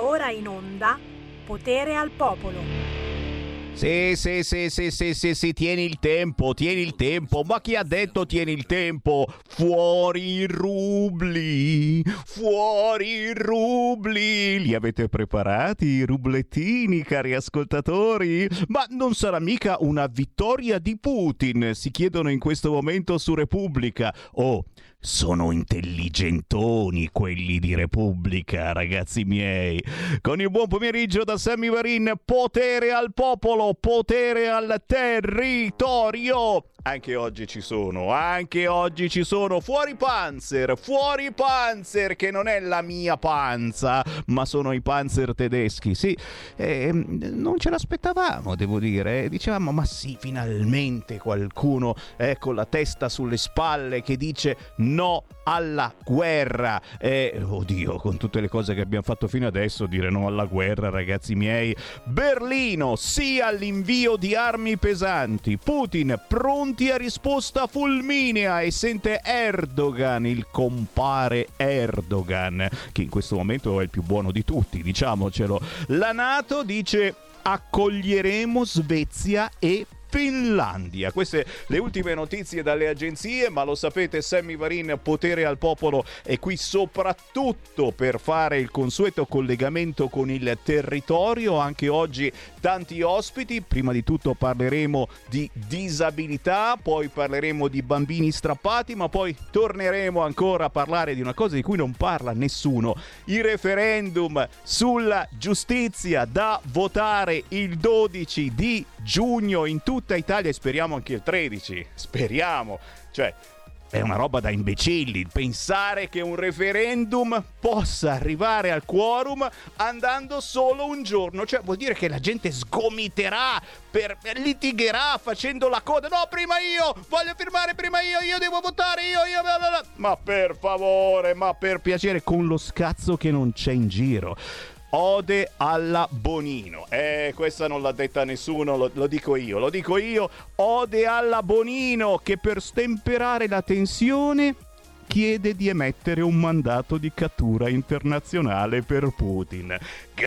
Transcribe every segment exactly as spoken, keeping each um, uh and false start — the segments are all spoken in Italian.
ora in onda Potere al Popolo. Sì, sì, sì, sì, sì, sì, sì, tieni il tempo, tieni il tempo. Ma chi ha detto tieni il tempo? Fuori i rubli, fuori i rubli. Li avete preparati i rublettini, cari ascoltatori? Ma non sarà mica una vittoria di Putin, si chiedono in questo momento su Repubblica. Oh, sono intelligentoni quelli di Repubblica, ragazzi miei. Con il buon pomeriggio da Sammy Varin, potere al popolo, potere al territorio. Anche oggi ci sono, anche oggi ci sono. Fuori Panzer, fuori Panzer, che non è la mia panza, ma sono i Panzer tedeschi. Sì, eh, non ce l'aspettavamo, devo dire. Dicevamo, ma sì, finalmente qualcuno eh, con la testa sulle spalle che dice no alla guerra. Eh, oddio, con tutte le cose che abbiamo fatto fino adesso, dire no alla guerra, ragazzi miei. Berlino, sì all'invio di armi pesanti. Putin pronti a risposta fulminea e sente Erdogan, il compare Erdogan, che in questo momento è il più buono di tutti, diciamocelo. La NATO dice accoglieremo Svezia e Finlandia. Queste le ultime notizie dalle agenzie, ma lo sapete, Sammy Varin, potere al popolo, è qui soprattutto per fare il consueto collegamento con il territorio. Anche oggi tanti ospiti. Prima di tutto parleremo di disabilità, poi parleremo di bambini strappati, ma poi torneremo ancora a parlare di una cosa di cui non parla nessuno: il referendum sulla giustizia da votare il dodici di giugno in tutta Italia, e speriamo anche il tredici, speriamo. Cioè, è una roba da imbecilli pensare che un referendum possa arrivare al quorum andando solo un giorno. Cioè, vuol dire che la gente sgomiterà, per, litigherà facendo la coda. No, prima io, voglio firmare prima io, io devo votare, io, io, bla bla bla. Ma per favore, ma per piacere, con lo scazzo che non c'è in giro. Ode alla Bonino. Eh, questa non l'ha detta nessuno, lo, lo dico io, lo dico io. Ode alla Bonino, che per stemperare la tensione chiede di emettere un mandato di cattura internazionale per Putin.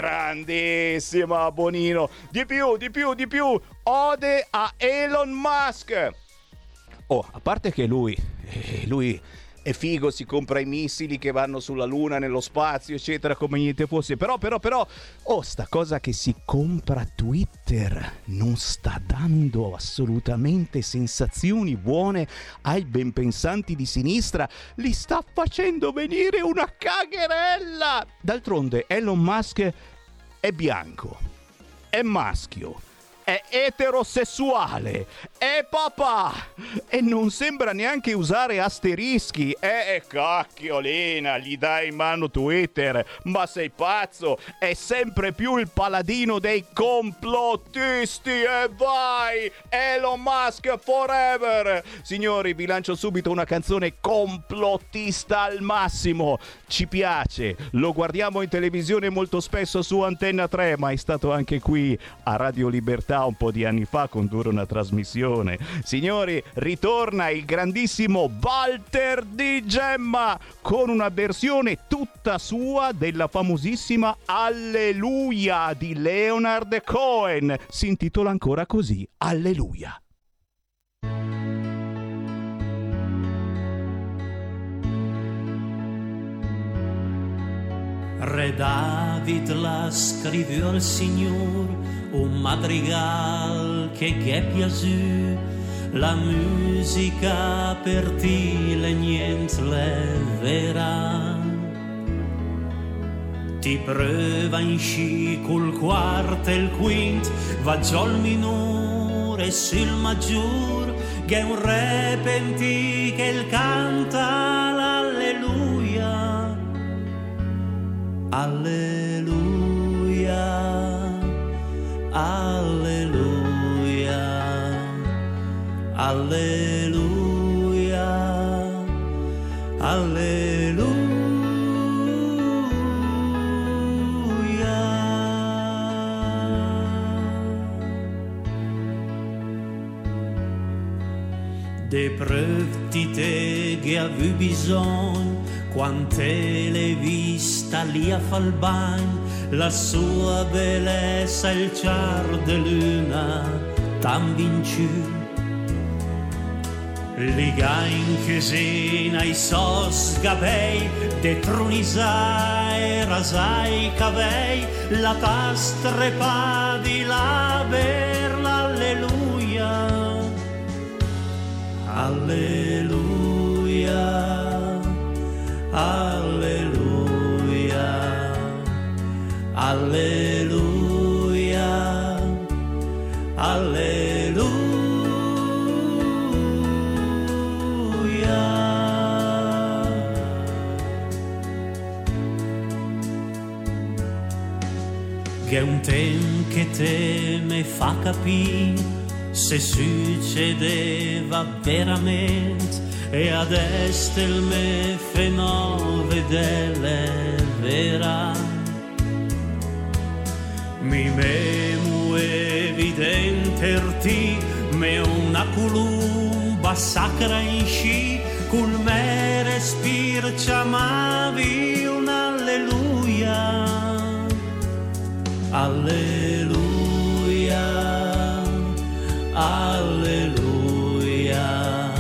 Grandissima Bonino. Di più, di più, di più. Ode a Elon Musk. Oh, a parte che lui, eh, lui... è figo, si compra i missili che vanno sulla luna, nello spazio, eccetera, come niente fosse. Però, però, però, oh, sta cosa che si compra Twitter non sta dando assolutamente sensazioni buone ai benpensanti di sinistra. Li sta facendo venire una cagherella. D'altronde Elon Musk è bianco, è maschio, è eterosessuale, è papà e non sembra neanche usare asterischi. Eh, cacchiolina, gli dai in mano Twitter, ma sei pazzo? È sempre più il paladino dei complottisti. E vai, Elon Musk forever. Signori, vi lancio subito una canzone complottista al massimo. Ci piace, lo guardiamo in televisione molto spesso su Antenna tre, ma è stato anche qui a Radio Libertà un po' di anni fa condurre una trasmissione. Signori, ritorna il grandissimo Walter Di Gemma con una versione tutta sua della famosissima Alleluia di Leonard Cohen. Si intitola ancora così, Alleluia. Re David la scrivió al Signor un madrigal che ghe piaciù, la musica per ti le niente le verrà. Ti prova in sci col quarto e il quint, va già il minore e sul maggior, che è un repenti che il canta l'alleluia. Alleluia. Alleluia, alleluia, alleluia. Des preuves ti te che ha vu bisogno, quante le vi sta lì a far il bagno, la sua bellezza il char de luna tan vinciù. Liga in chiesina i sos gabei, detronizai, rasai cavei, la tastrepa di la berla, alleluia, alleluia, alleluia, alleluia, alleluia. Che è un tem che te me fa capire se succedeva veramente, e adesso il me fe no vedere vera. Mi memo evidente erti me una columba sacra in sci, col me respir chiamavi un alleluia. Alleluia, alleluia,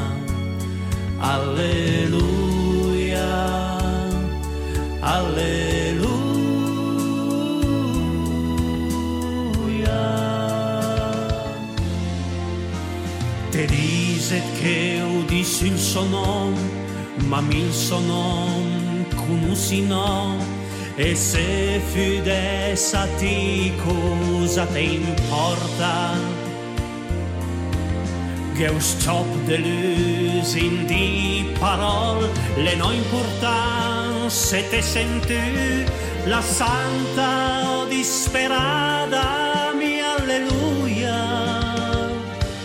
alleluia, alleluia. Te diset che udissi il suo nome, ma mi il suo nome conosci no. E se fidessa ti cosa te importa? Che un stop de luz in di parole, le no importante se te senti la santa o disperata mi alleluia,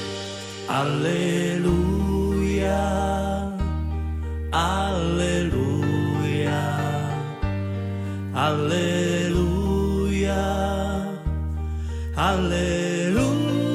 alleluia, alleluia. Alleluia, alleluia.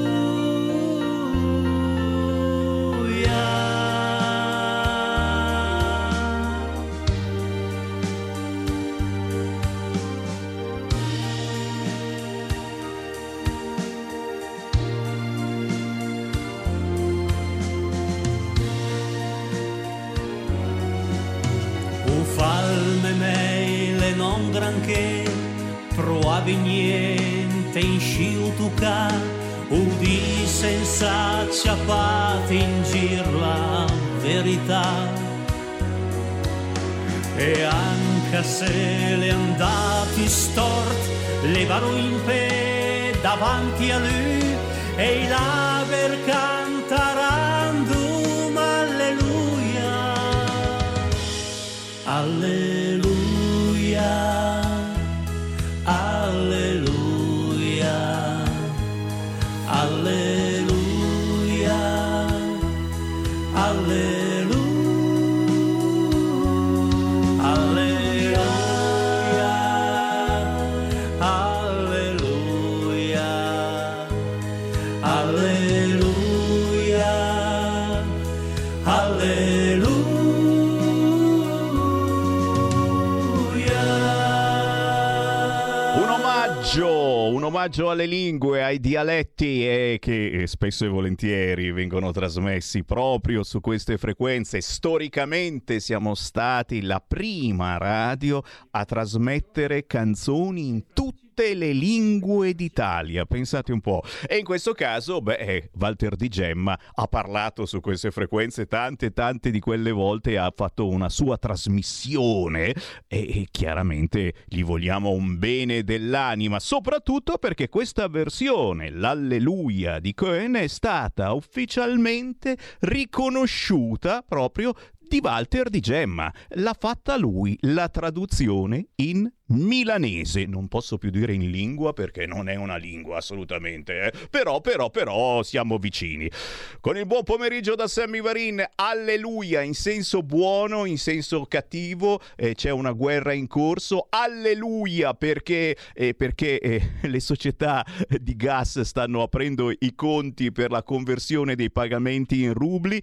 Ufalme meile non granché, provavi niente in sciutuca, udi senza ciappati in gir la verità. E anche se le andati stort, levaro in pe davanti a lui, e i laber cantarandum alleluia, alleluia, alleluia, alleluia, alleluia. Un omaggio alle lingue, ai dialetti eh, che spesso e volentieri vengono trasmessi proprio su queste frequenze. Storicamente siamo stati la prima radio a trasmettere canzoni in tutte le lingue d'Italia, pensate un po'. E in questo caso, beh, Walter Di Gemma ha parlato su queste frequenze tante tante di quelle volte, ha fatto una sua trasmissione e, e chiaramente gli vogliamo un bene dell'anima, soprattutto perché questa versione, l'Alleluia di Cohen, è stata ufficialmente riconosciuta proprio di Walter Di Gemma. L'ha fatta lui, la traduzione in milanese, non posso più dire in lingua perché non è una lingua assolutamente, eh? però però però siamo vicini. Con il buon pomeriggio da Sammy Varin, alleluia, in senso buono, in senso cattivo, eh, c'è una guerra in corso, alleluia perché, eh, perché eh, le società di gas stanno aprendo i conti per la conversione dei pagamenti in rubli,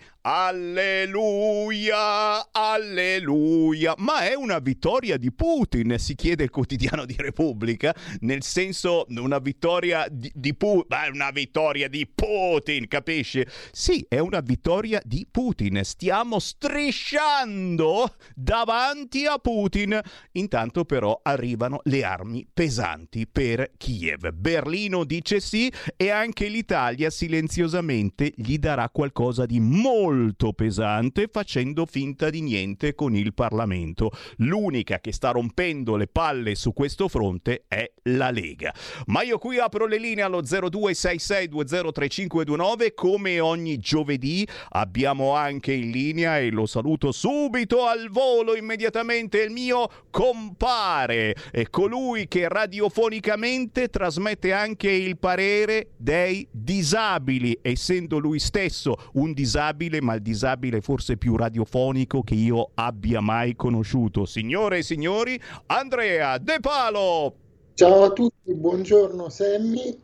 alleluia, alleluia, ma è una vittoria di Putin, si chiede del quotidiano di Repubblica, nel senso una vittoria di, di Putin, una vittoria di Putin, capisci? Sì, è una vittoria di Putin, stiamo strisciando davanti a Putin, intanto però arrivano le armi pesanti per Kiev. Berlino dice sì e anche l'Italia silenziosamente gli darà qualcosa di molto pesante facendo finta di niente con il Parlamento. L'unica che sta rompendo le palle su questo fronte è la Lega. Ma io qui apro le linee allo zero due sei sei due zero tre cinque due nove, come ogni giovedì abbiamo anche in linea, e lo saluto subito al volo immediatamente, il mio compare, è colui che radiofonicamente trasmette anche il parere dei disabili, essendo lui stesso un disabile, ma il disabile forse più radiofonico che io abbia mai conosciuto. Signore e signori, Andrea De Palo. Ciao a tutti, buongiorno Sammy.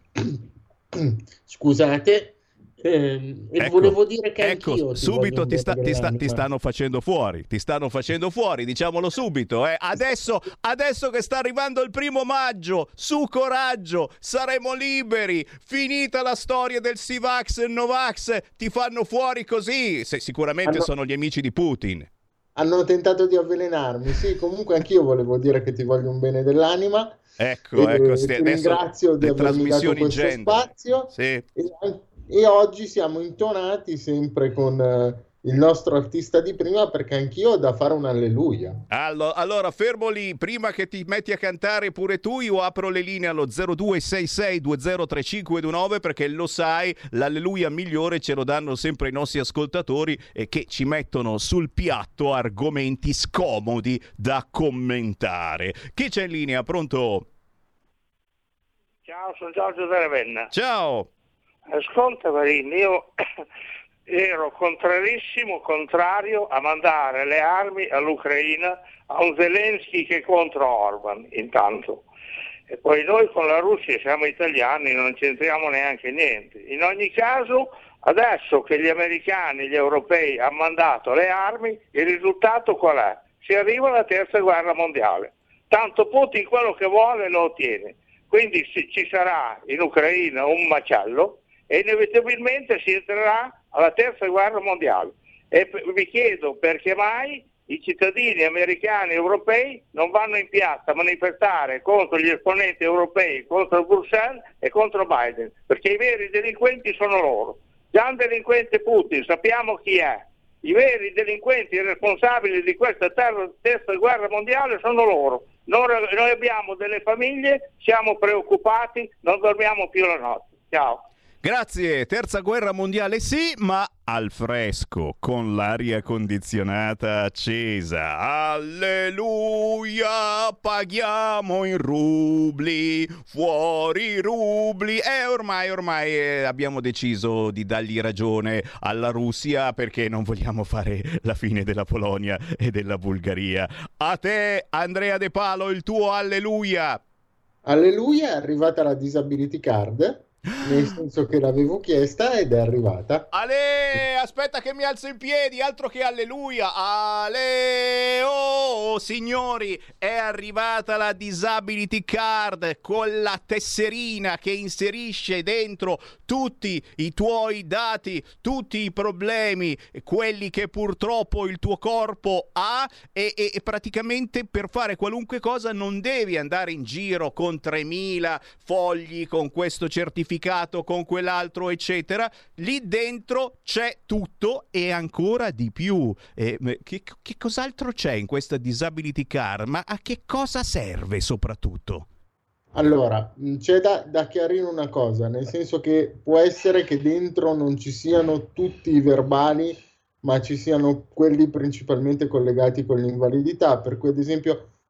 Scusate, ehm, e ecco, volevo dire che ecco, anch'io ti subito ti, sta, ti, sta, ti l'anima. stanno facendo fuori, ti stanno facendo fuori, diciamolo subito. Eh. Adesso, adesso che sta arrivando il primo maggio, su coraggio, saremo liberi, finita la storia del Sivax e Novax, ti fanno fuori così. Se, sicuramente Hanno... sono gli amici di Putin. Hanno tentato di avvelenarmi, sì, comunque anch'io volevo dire che ti voglio un bene dell'anima. Ecco, e, ecco, e sti, ti ringrazio di avermi dato questo gender. spazio. Sì. E, e oggi siamo intonati sempre con uh, il nostro artista di prima, perché anch'io ho da fare un alleluia. Allora, allora, fermo lì, prima che ti metti a cantare pure tu, io apro le linee allo zero due sei sei due zero tre cinque due nove, perché lo sai, l'alleluia migliore ce lo danno sempre i nostri ascoltatori, e che ci mettono sul piatto argomenti scomodi da commentare. Chi c'è in linea? Pronto? Ciao, sono Giorgio da Ravenna. Ciao. Ascolta Varin, io ero contrarissimo, contrario a mandare le armi all'Ucraina, a un Zelensky che è contro Orban intanto, e poi noi con la Russia siamo italiani, non c'entriamo neanche niente. In ogni caso, adesso che gli americani, gli europei hanno mandato le armi, il risultato qual è? Si arriva alla terza guerra mondiale, tanto Putin quello che vuole lo ottiene, quindi ci sarà in Ucraina un macello e inevitabilmente si entrerà alla terza guerra mondiale. E vi chiedo perché mai i cittadini americani e europei non vanno in piazza a manifestare contro gli esponenti europei, contro Bruxelles e contro Biden, perché i veri delinquenti sono loro. Già un delinquente Putin, sappiamo chi è. I veri delinquenti e responsabili di questa ter- terza guerra mondiale sono loro. Noi, noi abbiamo delle famiglie, siamo preoccupati, non dormiamo più la notte. Ciao. Grazie, terza guerra mondiale sì, ma al fresco, con l'aria condizionata accesa. Alleluia, paghiamo in rubli, fuori rubli. E ormai, ormai eh, abbiamo deciso di dargli ragione alla Russia, perché non vogliamo fare la fine della Polonia e della Bulgaria. A te, Andrea De Palo, il tuo alleluia. Alleluia, è arrivata la disability card. Nel senso che l'avevo chiesta ed è arrivata. Ale, aspetta che mi alzo in piedi, altro che alleluia. Ale, oh signori, è arrivata la disability card con la tesserina che inserisce dentro tutti i tuoi dati, tutti i problemi, quelli che purtroppo il tuo corpo ha, e, e, e praticamente per fare qualunque cosa non devi andare in giro con tremila fogli, con questo certificato, con quell'altro eccetera. Lì dentro c'è tutto e ancora di più. Eh, che, che cos'altro c'è in questa disability card? Ma a che cosa serve soprattutto? Allora, c'è da, da chiarire una cosa, nel senso che può essere che dentro non ci siano tutti i verbali, ma ci siano quelli principalmente collegati con l'invalidità, per cui ad esempio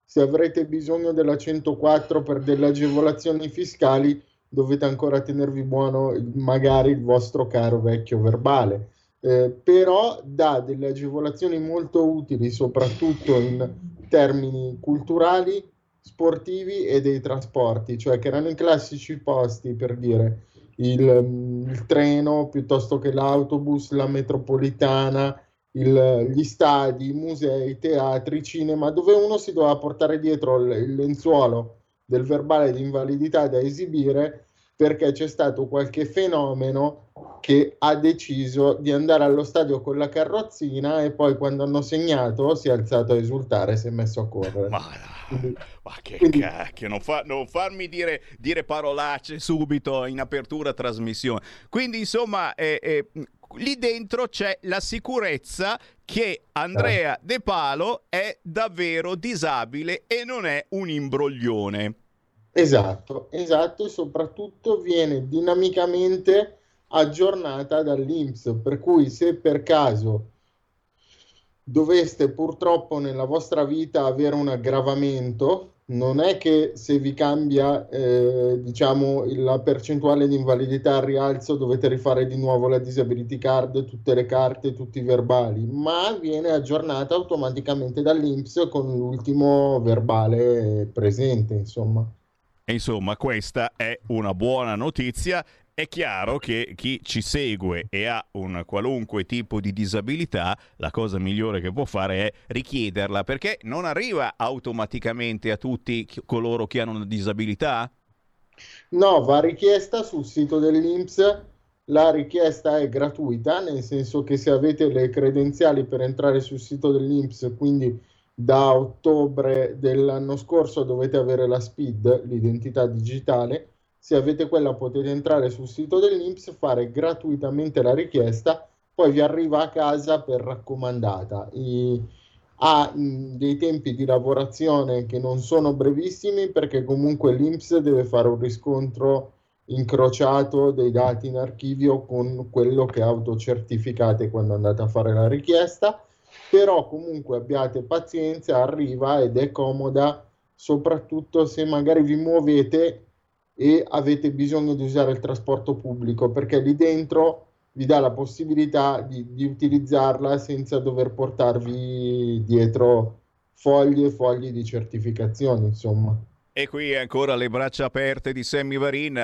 se avrete bisogno della centoquattro per delle agevolazioni fiscali, dovete ancora tenervi buono magari il vostro caro vecchio verbale. Eh, però dà delle agevolazioni molto utili, soprattutto in termini culturali, sportivi e dei trasporti, cioè che erano i classici posti, per dire il, il treno piuttosto che l'autobus, la metropolitana, il, gli stadi, i musei, i teatri, i cinema, dove uno si doveva portare dietro il, il lenzuolo del verbale di invalidità da esibire, perché c'è stato qualche fenomeno che ha deciso di andare allo stadio con la carrozzina e poi quando hanno segnato si è alzato a esultare, si è messo a correre. Ma, Quindi, ma che quindi, cacchio, non, fa, non farmi dire, dire parolacce subito in apertura trasmissione. Quindi insomma, eh, eh, lì dentro c'è la sicurezza che Andrea De Palo è davvero disabile e non è un imbroglione. Esatto, esatto, e soprattutto viene dinamicamente aggiornata dall'I N P S, per cui se per caso doveste purtroppo nella vostra vita avere un aggravamento, non è che se vi cambia eh, diciamo la percentuale di invalidità al rialzo dovete rifare di nuovo la disability card, tutte le carte, tutti i verbali, ma viene aggiornata automaticamente dall'I N P S con l'ultimo verbale presente, insomma. E insomma, questa è una buona notizia. È chiaro che chi ci segue e ha un qualunque tipo di disabilità, la cosa migliore che può fare è richiederla, perché non arriva automaticamente a tutti coloro che hanno una disabilità? No, va richiesta sul sito dell'I N P S. La richiesta è gratuita, nel senso che se avete le credenziali per entrare sul sito dell'I N P S, quindi da ottobre dell'anno scorso dovete avere la S P I D, l'identità digitale. Se avete quella potete entrare sul sito dell'I N P S, fare gratuitamente la richiesta, poi vi arriva a casa per raccomandata. I, ha mh, dei tempi di lavorazione che non sono brevissimi, perché comunque l'I N P S deve fare un riscontro incrociato dei dati in archivio con quello che autocertificate quando andate a fare la richiesta. Però comunque abbiate pazienza, arriva ed è comoda, soprattutto se magari vi muovete e avete bisogno di usare il trasporto pubblico, perché lì dentro vi dà la possibilità di, di utilizzarla senza dover portarvi dietro fogli e fogli di certificazione, insomma. E qui ancora le braccia aperte di Sammy Varin,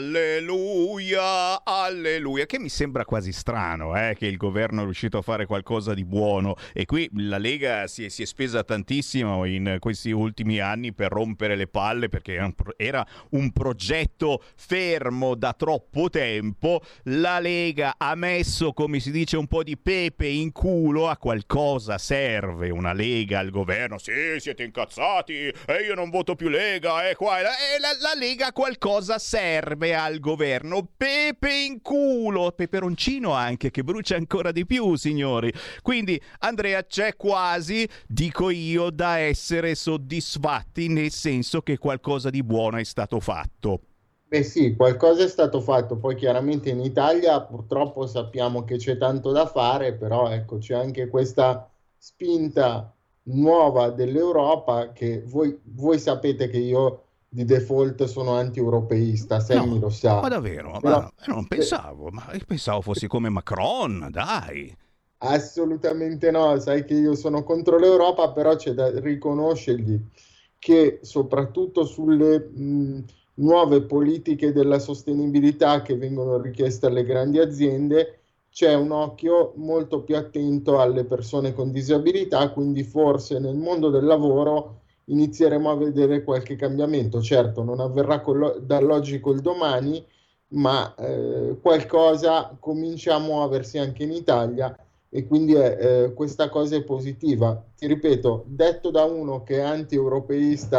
alleluia, alleluia, che mi sembra quasi strano eh, che il governo è riuscito a fare qualcosa di buono, e qui la Lega si è, si è spesa tantissimo in questi ultimi anni per rompere le palle, perché era un, pro- era un progetto fermo da troppo tempo. La Lega ha messo, come si dice, un po' di pepe in culo. A qualcosa serve una Lega al governo? Sì, siete incazzati e io non voto più Lega. E qua, e la, la Lega qualcosa serve al governo. Pepe in culo, peperoncino anche, che brucia ancora di più, signori. Quindi Andrea, c'è quasi, dico io, da essere soddisfatti, nel senso che qualcosa di buono è stato fatto. Beh sì, qualcosa è stato fatto, poi chiaramente in Italia purtroppo sappiamo che c'è tanto da fare, però ecco, c'è anche questa spinta nuova dell'Europa, che voi, voi sapete che io di default sono anti-europeista, Sammy No, lo sa. ma davvero? Però, ma non pensavo, ma pensavo fossi come Macron, dai. assolutamente no, sai che io sono contro l'Europa, però c'è da riconoscergli che soprattutto sulle mh, nuove politiche della sostenibilità che vengono richieste alle grandi aziende c'è un occhio molto più attento alle persone con disabilità, quindi forse nel mondo del lavoro inizieremo a vedere qualche cambiamento. Certo, non avverrà lo- dall'oggi col domani, ma eh, qualcosa cominciamo a aversi anche in Italia, e quindi è, eh, questa cosa è positiva. Ti ripeto, detto da uno che è anti-europeista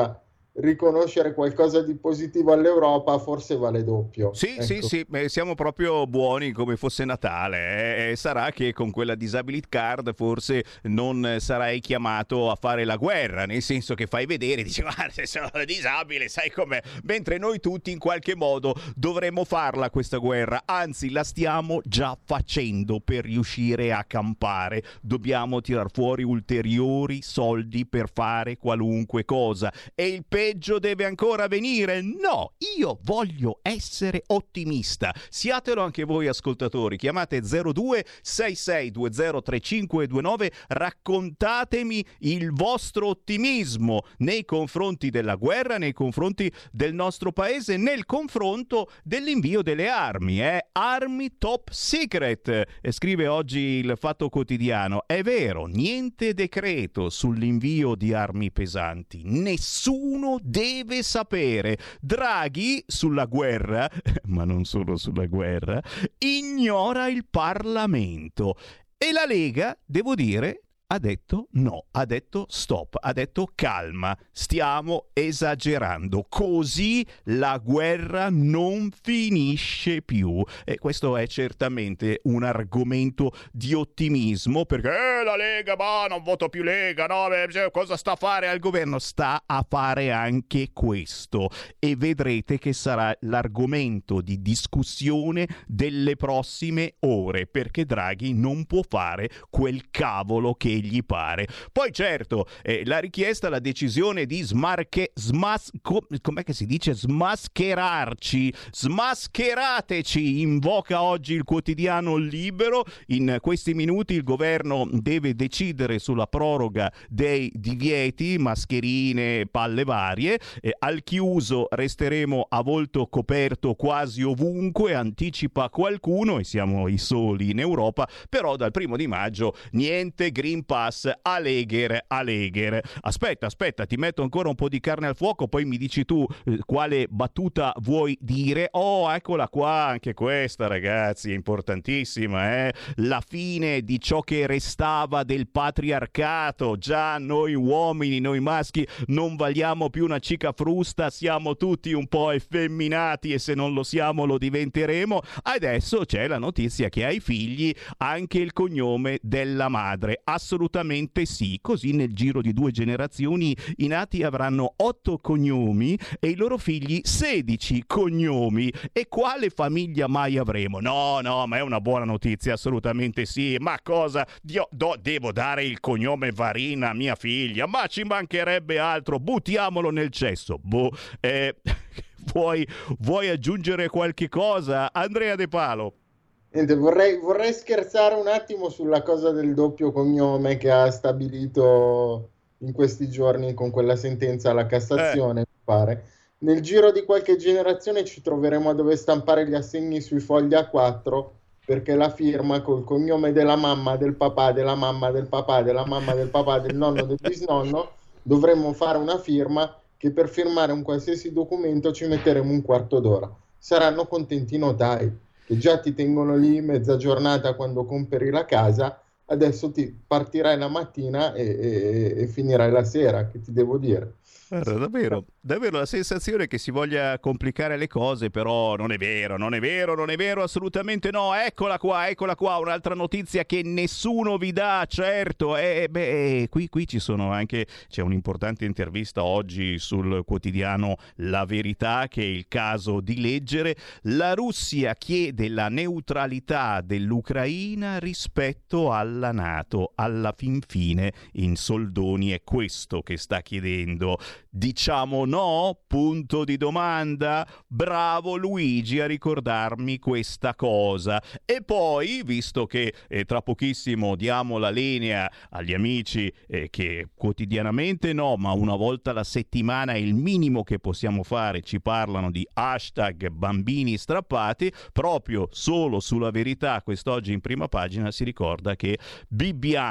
riconoscere qualcosa di positivo all'Europa, forse vale doppio. Sì, ecco. sì, sì, beh, siamo proprio buoni come fosse Natale. Eh? Sarà che con quella disability card forse non sarai chiamato a fare la guerra, nel senso che fai vedere, dici guarda, se sono disabile, sai com'è, mentre noi tutti in qualche modo dovremmo farla questa guerra, anzi la stiamo già facendo per riuscire a campare. Dobbiamo tirar fuori ulteriori soldi per fare qualunque cosa e il peggio deve ancora venire. No, io voglio essere ottimista. Siatelo anche voi ascoltatori. Chiamate zero due sei sei due zero tre cinque due nove, raccontatemi il vostro ottimismo nei confronti della guerra, nei confronti del nostro paese, nel confronto dell'invio delle armi, eh? Armi top secret. E scrive oggi il Fatto Quotidiano: è vero, niente decreto sull'invio di armi pesanti, nessuno deve sapere. Draghi sulla guerra, ma non solo sulla guerra, ignora il Parlamento. E la Lega, devo dire, ha detto no, ha detto stop, ha detto calma, stiamo esagerando, così la guerra non finisce più. E questo è certamente un argomento di ottimismo, perché eh, la Lega, ma non voto più Lega, no, beh, cosa sta a fare al governo? Sta a fare anche questo, e vedrete che sarà l'argomento di discussione delle prossime ore, perché Draghi non può fare quel cavolo che gli pare. Poi certo, eh, la richiesta, la decisione di smarche, smas, com, com'è che si dice? Smascherarci, smascherateci, invoca oggi il quotidiano Libero. In questi minuti il governo deve decidere sulla proroga dei divieti, mascherine, palle varie. Eh, al chiuso resteremo a volto coperto quasi ovunque, anticipa qualcuno, e siamo i soli in Europa. Però dal primo di maggio niente Green Pass, Alegher, Alegher. Aspetta, aspetta, ti metto ancora un po' di carne al fuoco, poi mi dici tu eh, quale battuta vuoi dire. Oh, eccola qua, anche questa, ragazzi, è importantissima, eh? La fine di ciò che restava del patriarcato. Già noi uomini, noi maschi, non valiamo più una cica frusta, siamo tutti un po' effeminati, e se non lo siamo lo diventeremo. Adesso c'è la notizia che ai figli anche il cognome della madre. Assolutamente sì, così nel giro di due generazioni i nati avranno otto cognomi e i loro figli sedici cognomi. E quale famiglia mai avremo? No, no, ma è una buona notizia, assolutamente sì. Ma cosa? Dio, do, devo dare il cognome Varina a mia figlia? Ma ci mancherebbe altro, buttiamolo nel cesso. Boh, eh, vuoi, vuoi aggiungere qualche cosa, Andrea De Palo? Niente, vorrei, vorrei scherzare un attimo sulla cosa del doppio cognome che ha stabilito in questi giorni con quella sentenza alla Cassazione, eh. mi pare. Nel giro di qualche generazione ci troveremo a dover stampare gli assegni sui fogli A quattro, perché la firma col cognome della mamma, del papà, della mamma, del papà, della mamma, del papà, del nonno, del bisnonno, dovremmo fare una firma che per firmare un qualsiasi documento ci metteremo un quarto d'ora. Saranno contenti i notai, che già ti tengono lì mezza giornata quando compri la casa, adesso ti partirai la mattina e, e, e finirai la sera, che ti devo dire. Guarda, davvero, davvero la sensazione che si voglia complicare le cose, però non è vero, non è vero, non è vero, assolutamente no. Eccola qua, eccola qua, un'altra notizia che nessuno vi dà, certo. E beh, qui, qui ci sono anche, c'è un'importante intervista oggi sul quotidiano La Verità, che è il caso di leggere. La Russia chiede la neutralità dell'Ucraina rispetto alla NATO. Alla fin fine, in soldoni, è questo che sta chiedendo. Diciamo no? Punto di domanda. Bravo Luigi a ricordarmi questa cosa. E poi, visto che eh, tra pochissimo diamo la linea agli amici eh, che quotidianamente no, ma una volta alla settimana è il minimo che possiamo fare, ci parlano di hashtag bambini strappati, proprio solo sulla Verità quest'oggi in prima pagina si ricorda che Bibbiano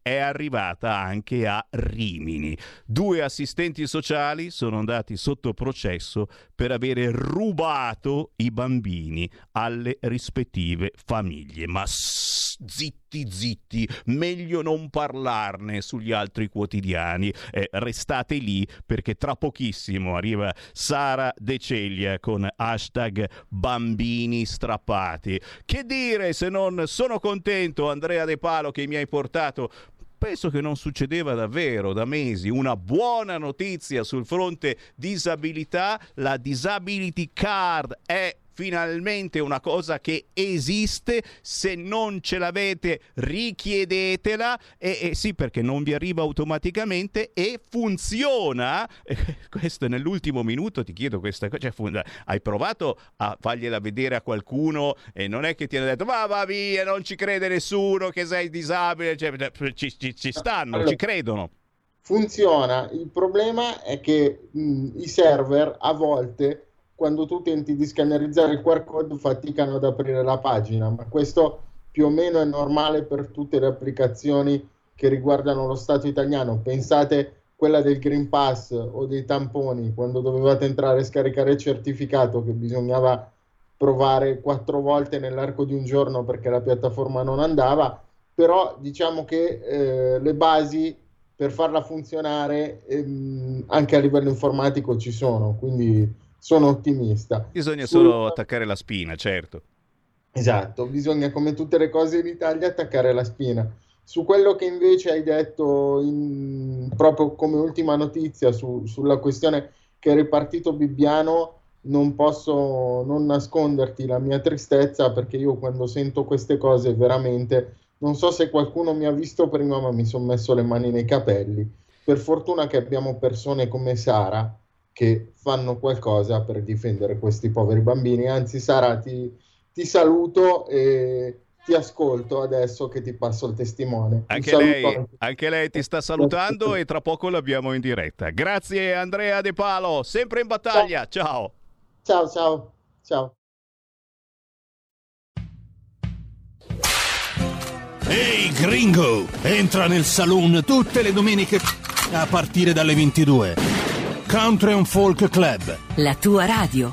è arrivata anche a Rimini. Due assistenti sociali sono andati sotto processo per avere rubato i bambini alle rispettive famiglie. Ma sss, zitti zitti, meglio non parlarne sugli altri quotidiani. Eh, restate lì perché tra pochissimo arriva Sara De Ceglia con hashtag bambini strappati. Che dire se non sono contento, Andrea De Palo, che mi hai portato, penso che non succedeva davvero da mesi, una buona notizia sul fronte disabilità. La disability card è finalmente una cosa che esiste. Se non ce l'avete, richiedetela. E, e sì, perché non vi arriva automaticamente e funziona. Eh, questo nell'ultimo minuto ti chiedo questa cosa. Cioè, fun- hai provato a fargliela vedere a qualcuno e non è che ti hanno detto ma va via, non ci crede nessuno che sei disabile. Cioè, ci, ci, ci stanno, allora, ci credono. Funziona. Il problema è che mh, i server a volte, quando tu tenti di scannerizzare il Q R code, faticano ad aprire la pagina, ma questo più o meno è normale per tutte le applicazioni che riguardano lo Stato italiano. Pensate quella del Green Pass o dei tamponi, quando dovevate entrare e scaricare il certificato, che bisognava provare quattro volte nell'arco di un giorno perché la piattaforma non andava. Però diciamo che eh, le basi per farla funzionare ehm, anche a livello informatico ci sono, quindi sono ottimista. Bisogna Sul... solo attaccare la spina, certo. Esatto, bisogna, come tutte le cose in Italia, attaccare la spina. Su quello che invece hai detto in... proprio come ultima notizia su, sulla questione che era il partito Bibbiano, non posso non nasconderti la mia tristezza, perché io quando sento queste cose veramente, non so se qualcuno mi ha visto prima, ma mi sono messo le mani nei capelli. Per fortuna che abbiamo persone come Sara che fanno qualcosa per difendere questi poveri bambini. Anzi, Sara, ti, ti saluto e ti ascolto adesso che ti passo il testimone. Anche lei, anche... anche lei ti sta salutando e tra poco l'abbiamo in diretta. Grazie Andrea De Palo, sempre in battaglia. Ciao. Ciao, ciao, ciao. Ehi, hey, gringo! Entra nel saloon tutte le domeniche a partire dalle ventidue. Country and Folk Club, la tua radio.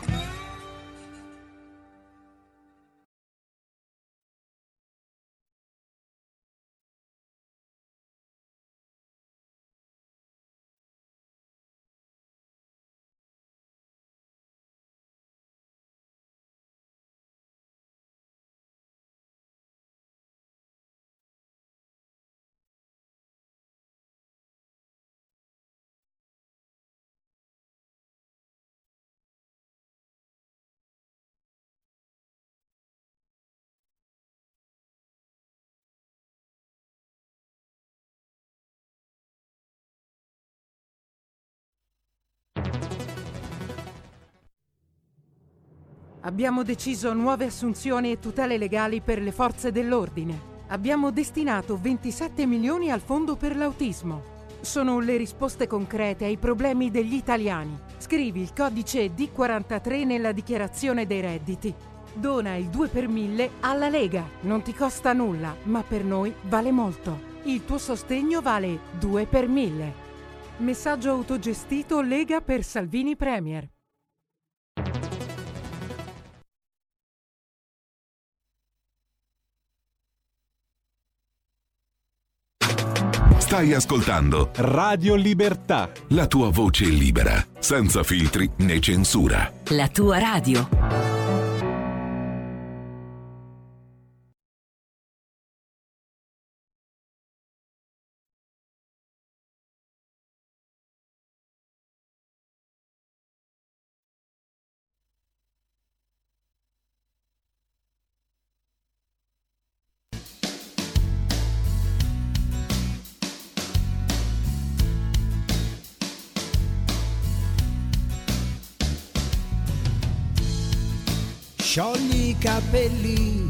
Abbiamo deciso nuove assunzioni e tutele legali per le forze dell'ordine. Abbiamo destinato ventisette milioni al fondo per l'autismo. Sono le risposte concrete ai problemi degli italiani. Scrivi il codice D quarantatré nella dichiarazione dei redditi. Dona il due per mille alla Lega. Non ti costa nulla, ma per noi vale molto. Il tuo sostegno vale due per mille. Messaggio autogestito Lega per Salvini Premier. Stai ascoltando Radio Libertà, la tua voce libera, senza filtri né censura. La tua radio. Sciogli i capelli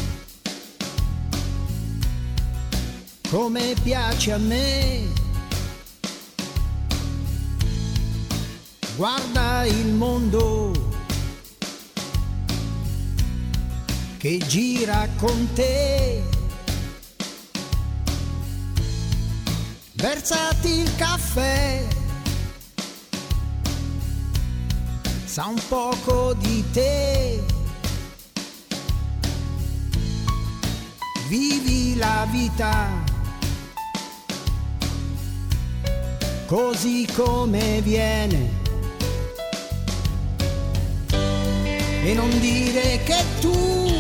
come piace a me, guarda il mondo che gira con te, versati il caffè, sa un poco di te, vivi la vita così come viene e non dire che tu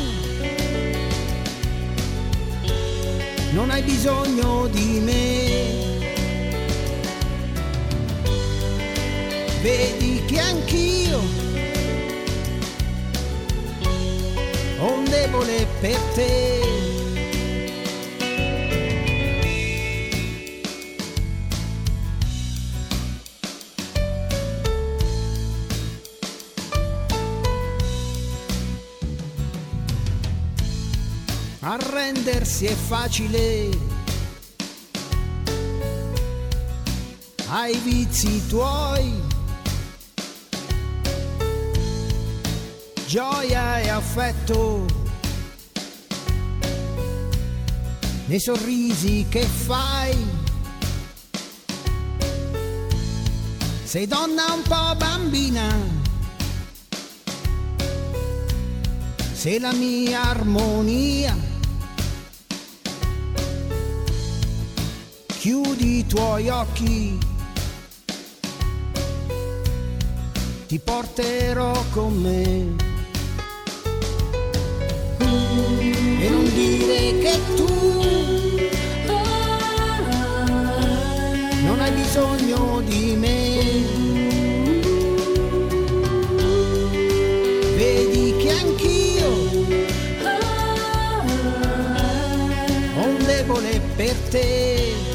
non hai bisogno di me. Vedi che anch'io ho un debole per te. Arrendersi è facile ai vizi tuoi, gioia e affetto nei sorrisi che fai. Sei donna un po' bambina, sei la mia armonia. Chiudi i tuoi occhi, ti porterò con me. E non dire che tu non hai bisogno di me. Vedi che anch'io ho un debole per te.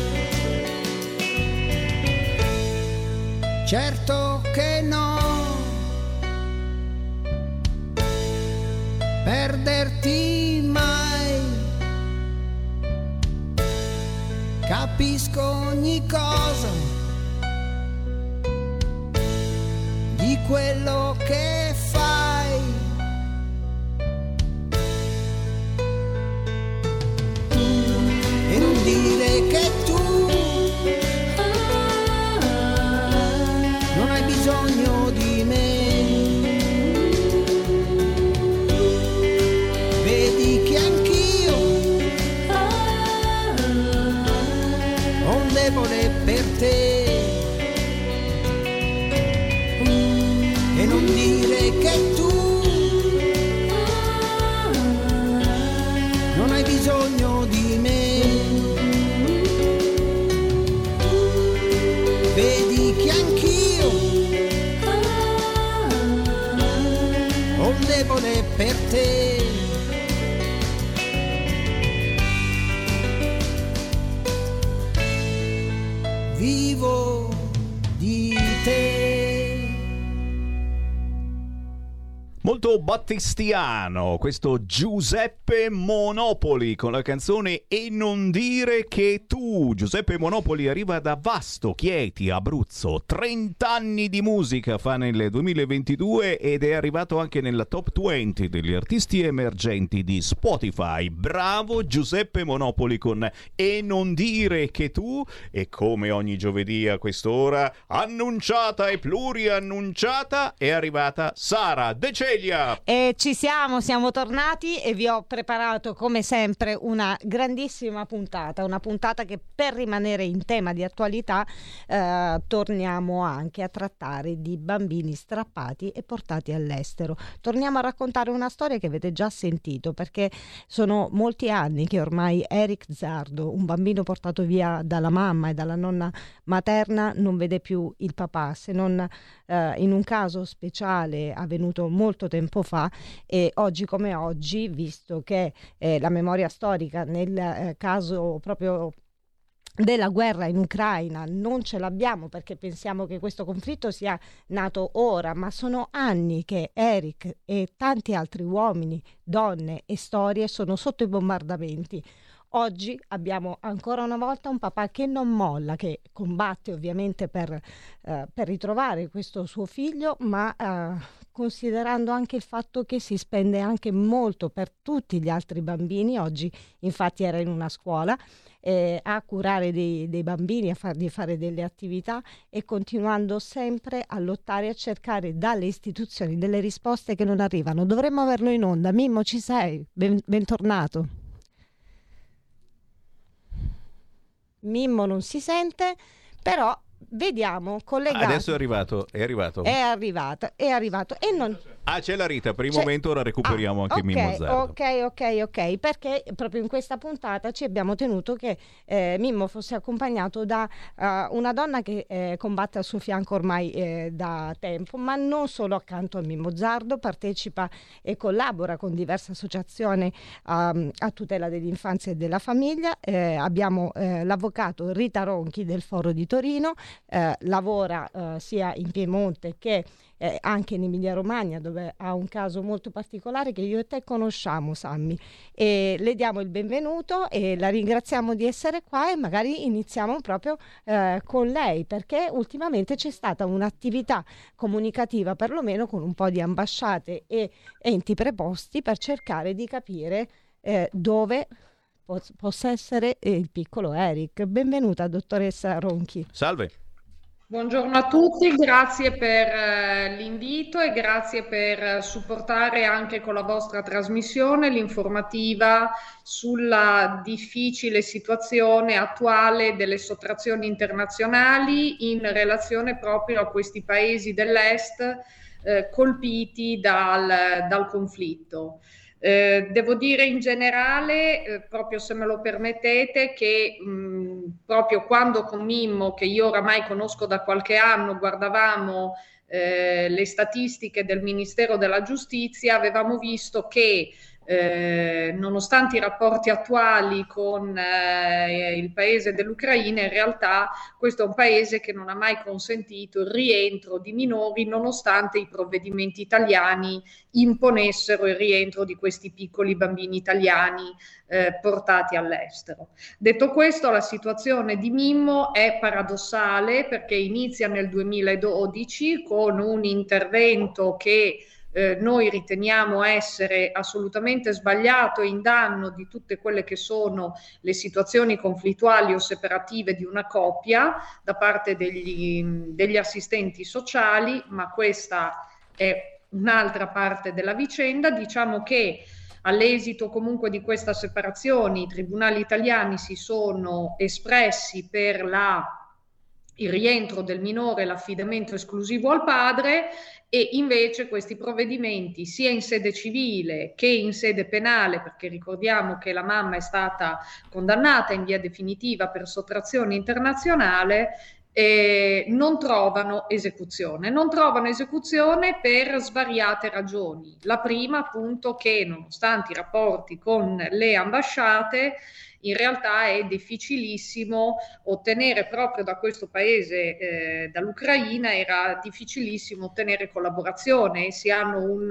Certo che no, perderti mai, capisco ogni cosa di quello che fai. E non dire che tu non hai bisogno di me. Vedi che anch'io ho un debole per te. E non dire che tu non hai bisogno di me. Vedi che anch'io ho un debole per te. Vivo di te. Molto battistiano questo Giuseppe Monopoli con la canzone E non dire che tu. Giuseppe Monopoli arriva da Vasto, Chieti, Abruzzo. trenta anni di musica fa nel duemilaventidue ed è arrivato anche nella top venti degli artisti emergenti di Spotify. Bravo Giuseppe Monopoli con E non dire che tu. E come ogni giovedì a quest'ora, annunciata e pluriannunciata, è arrivata Sara De Celia. E ci siamo, siamo tornati e vi ho preparato come sempre una grandissima puntata, una puntata che per rimanere in tema di attualità eh, torniamo anche a trattare di bambini strappati e portati all'estero. Torniamo a raccontare una storia che avete già sentito, perché sono molti anni che ormai Eric Zardo, un bambino portato via dalla mamma e dalla nonna materna, non vede più il papà, se non eh, in un caso speciale avvenuto molto tempo fa. E oggi come oggi, visto che eh, la memoria storica nel eh, caso proprio della guerra in Ucraina non ce l'abbiamo, perché pensiamo che questo conflitto sia nato ora, ma sono anni che Eric e tanti altri uomini, donne e storie sono sotto i bombardamenti. Oggi abbiamo ancora una volta un papà che non molla, che combatte ovviamente per, eh, per ritrovare questo suo figlio, ma eh, considerando anche il fatto che si spende anche molto per tutti gli altri bambini. Oggi infatti era in una scuola eh, a curare dei, dei bambini, a fargli fare delle attività e continuando sempre a lottare, a cercare dalle istituzioni delle risposte che non arrivano. Dovremmo averlo in onda. Mimmo, ci sei? Ben, bentornato. Mimmo non si sente, però vediamo, collegato. Adesso è arrivato, è arrivato. È arrivato, è arrivato e non... Ah, c'è la Rita, per il c'è... momento ora recuperiamo ah, anche okay, Mimmo Zardo. Ok, ok, ok, perché proprio in questa puntata ci abbiamo tenuto che eh, Mimmo fosse accompagnato da uh, una donna che eh, combatte al suo fianco ormai eh, da tempo, ma non solo accanto a Mimmo Zardo, partecipa e collabora con diverse associazioni um, a tutela dell'infanzia e della famiglia. Eh, abbiamo eh, l'avvocato Rita Ronchi del Foro di Torino, eh, lavora eh, sia in Piemonte che Eh, anche in Emilia Romagna, dove ha un caso molto particolare che io e te conosciamo, Sammy, e le diamo il benvenuto e la ringraziamo di essere qua e magari iniziamo proprio eh, con lei, perché ultimamente c'è stata un'attività comunicativa, perlomeno con un po' di ambasciate e enti preposti, per cercare di capire eh, dove po- possa essere il piccolo Eric. Benvenuta, dottoressa Ronchi. Salve. Buongiorno a tutti, grazie per eh, l'invito e grazie per supportare anche con la vostra trasmissione l'informativa sulla difficile situazione attuale delle sottrazioni internazionali in relazione proprio a questi paesi dell'Est eh, colpiti dal, dal conflitto. Eh, devo dire in generale, eh, proprio se me lo permettete, che mh, proprio quando con Mimmo, che io oramai conosco da qualche anno, guardavamo eh, le statistiche del Ministero della Giustizia, avevamo visto che Eh, nonostante i rapporti attuali con eh, il paese dell'Ucraina, in realtà questo è un paese che non ha mai consentito il rientro di minori, nonostante i provvedimenti italiani imponessero il rientro di questi piccoli bambini italiani eh, portati all'estero. Detto questo, la situazione di Mimmo è paradossale, perché inizia nel duemiladodici con un intervento che Eh, noi riteniamo essere assolutamente sbagliato e in danno di tutte quelle che sono le situazioni conflittuali o separative di una coppia da parte degli, degli assistenti sociali, ma questa è un'altra parte della vicenda. Diciamo che all'esito comunque di questa separazione i tribunali italiani si sono espressi per la il rientro del minore e l'affidamento esclusivo al padre, e invece questi provvedimenti sia in sede civile che in sede penale, perché ricordiamo che la mamma è stata condannata in via definitiva per sottrazione internazionale, eh, non trovano esecuzione. Non trovano esecuzione per svariate ragioni. La prima, appunto, che nonostante i rapporti con le ambasciate, in realtà è difficilissimo ottenere proprio da questo paese, eh, dall'Ucraina, era difficilissimo ottenere collaborazione. Si hanno un,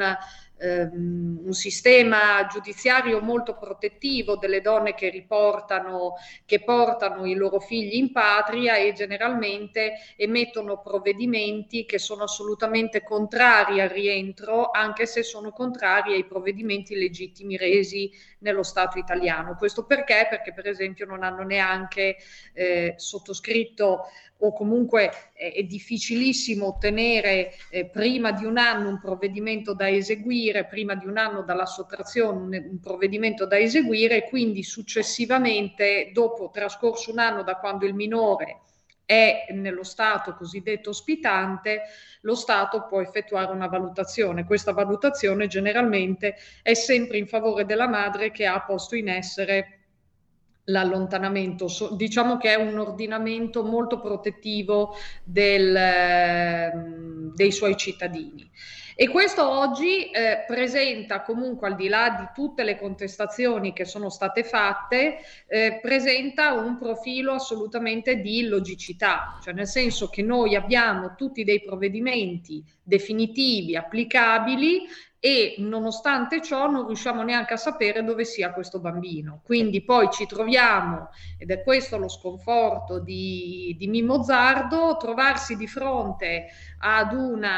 ehm, un sistema giudiziario molto protettivo delle donne che riportano, che portano i loro figli in patria, e generalmente emettono provvedimenti che sono assolutamente contrari al rientro, anche se sono contrari ai provvedimenti legittimi resi nello Stato italiano. Questo perché? Perché per esempio non hanno neanche eh, sottoscritto, o comunque eh, è difficilissimo ottenere eh, prima di un anno un provvedimento da eseguire, prima di un anno dalla sottrazione un, un provvedimento da eseguire, e quindi successivamente, dopo trascorso un anno da quando il minore è nello Stato cosiddetto ospitante, lo Stato può effettuare una valutazione. Questa valutazione generalmente è sempre in favore della madre che ha posto in essere l'allontanamento. So, diciamo che è un ordinamento molto protettivo del, eh, dei suoi cittadini. E questo oggi eh, presenta comunque, al di là di tutte le contestazioni che sono state fatte, eh, presenta un profilo assolutamente di illogicità, cioè nel senso che noi abbiamo tutti dei provvedimenti definitivi, applicabili, e nonostante ciò non riusciamo neanche a sapere dove sia questo bambino. Quindi poi ci troviamo, ed è questo lo sconforto di, di Mimmo Zardo, trovarsi di fronte ad una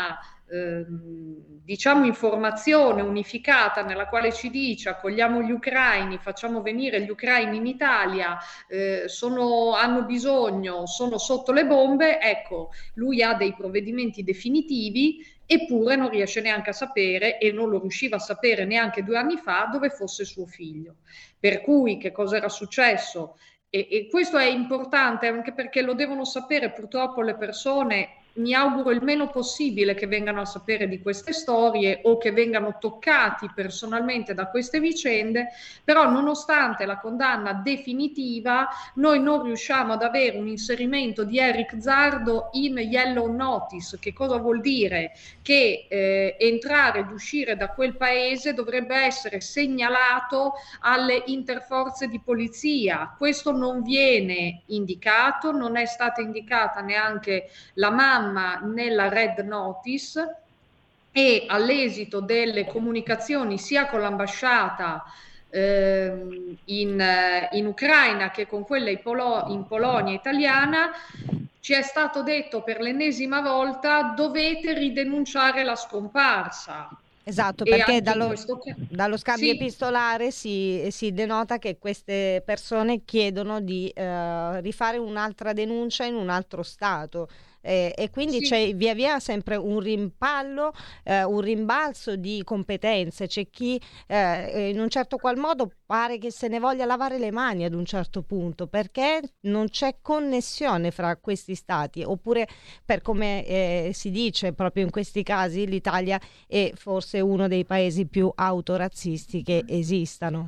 eh, diciamo informazione unificata nella quale ci dice accogliamo gli ucraini, facciamo venire gli ucraini in Italia, eh, sono, hanno bisogno, sono sotto le bombe, ecco, lui ha dei provvedimenti definitivi, eppure non riesce neanche a sapere, e non lo riusciva a sapere neanche due anni fa, dove fosse suo figlio. Per cui che cosa era successo? E, e questo è importante anche perché lo devono sapere purtroppo le persone. Mi auguro il meno possibile che vengano a sapere di queste storie o che vengano toccati personalmente da queste vicende, però nonostante la condanna definitiva noi non riusciamo ad avere un inserimento di Eric Zardo in Yellow Notice. Che cosa vuol dire? Che eh, entrare ed uscire da quel paese dovrebbe essere segnalato alle interforze di polizia. Questo non viene indicato, non è stata indicata neanche la mamma nella Red Notice, e all'esito delle comunicazioni sia con l'ambasciata eh, in, in Ucraina che con quella in, Polo- in Polonia italiana ci è stato detto per l'ennesima volta: dovete ridenunciare la scomparsa. Esatto, E perché anche in dallo, questo ca- dallo scambio Sì. epistolare si, si denota che queste persone chiedono di eh, rifare un'altra denuncia in un altro stato. Eh, e quindi Sì. c'è via via sempre un rimpallo, eh, un rimbalzo di competenze. C'è chi eh, in un certo qual modo pare che se ne voglia lavare le mani ad un certo punto, perché non c'è connessione fra questi stati, oppure per come eh, si dice proprio in questi casi l'Italia è forse uno dei paesi più autorazzisti che esistano.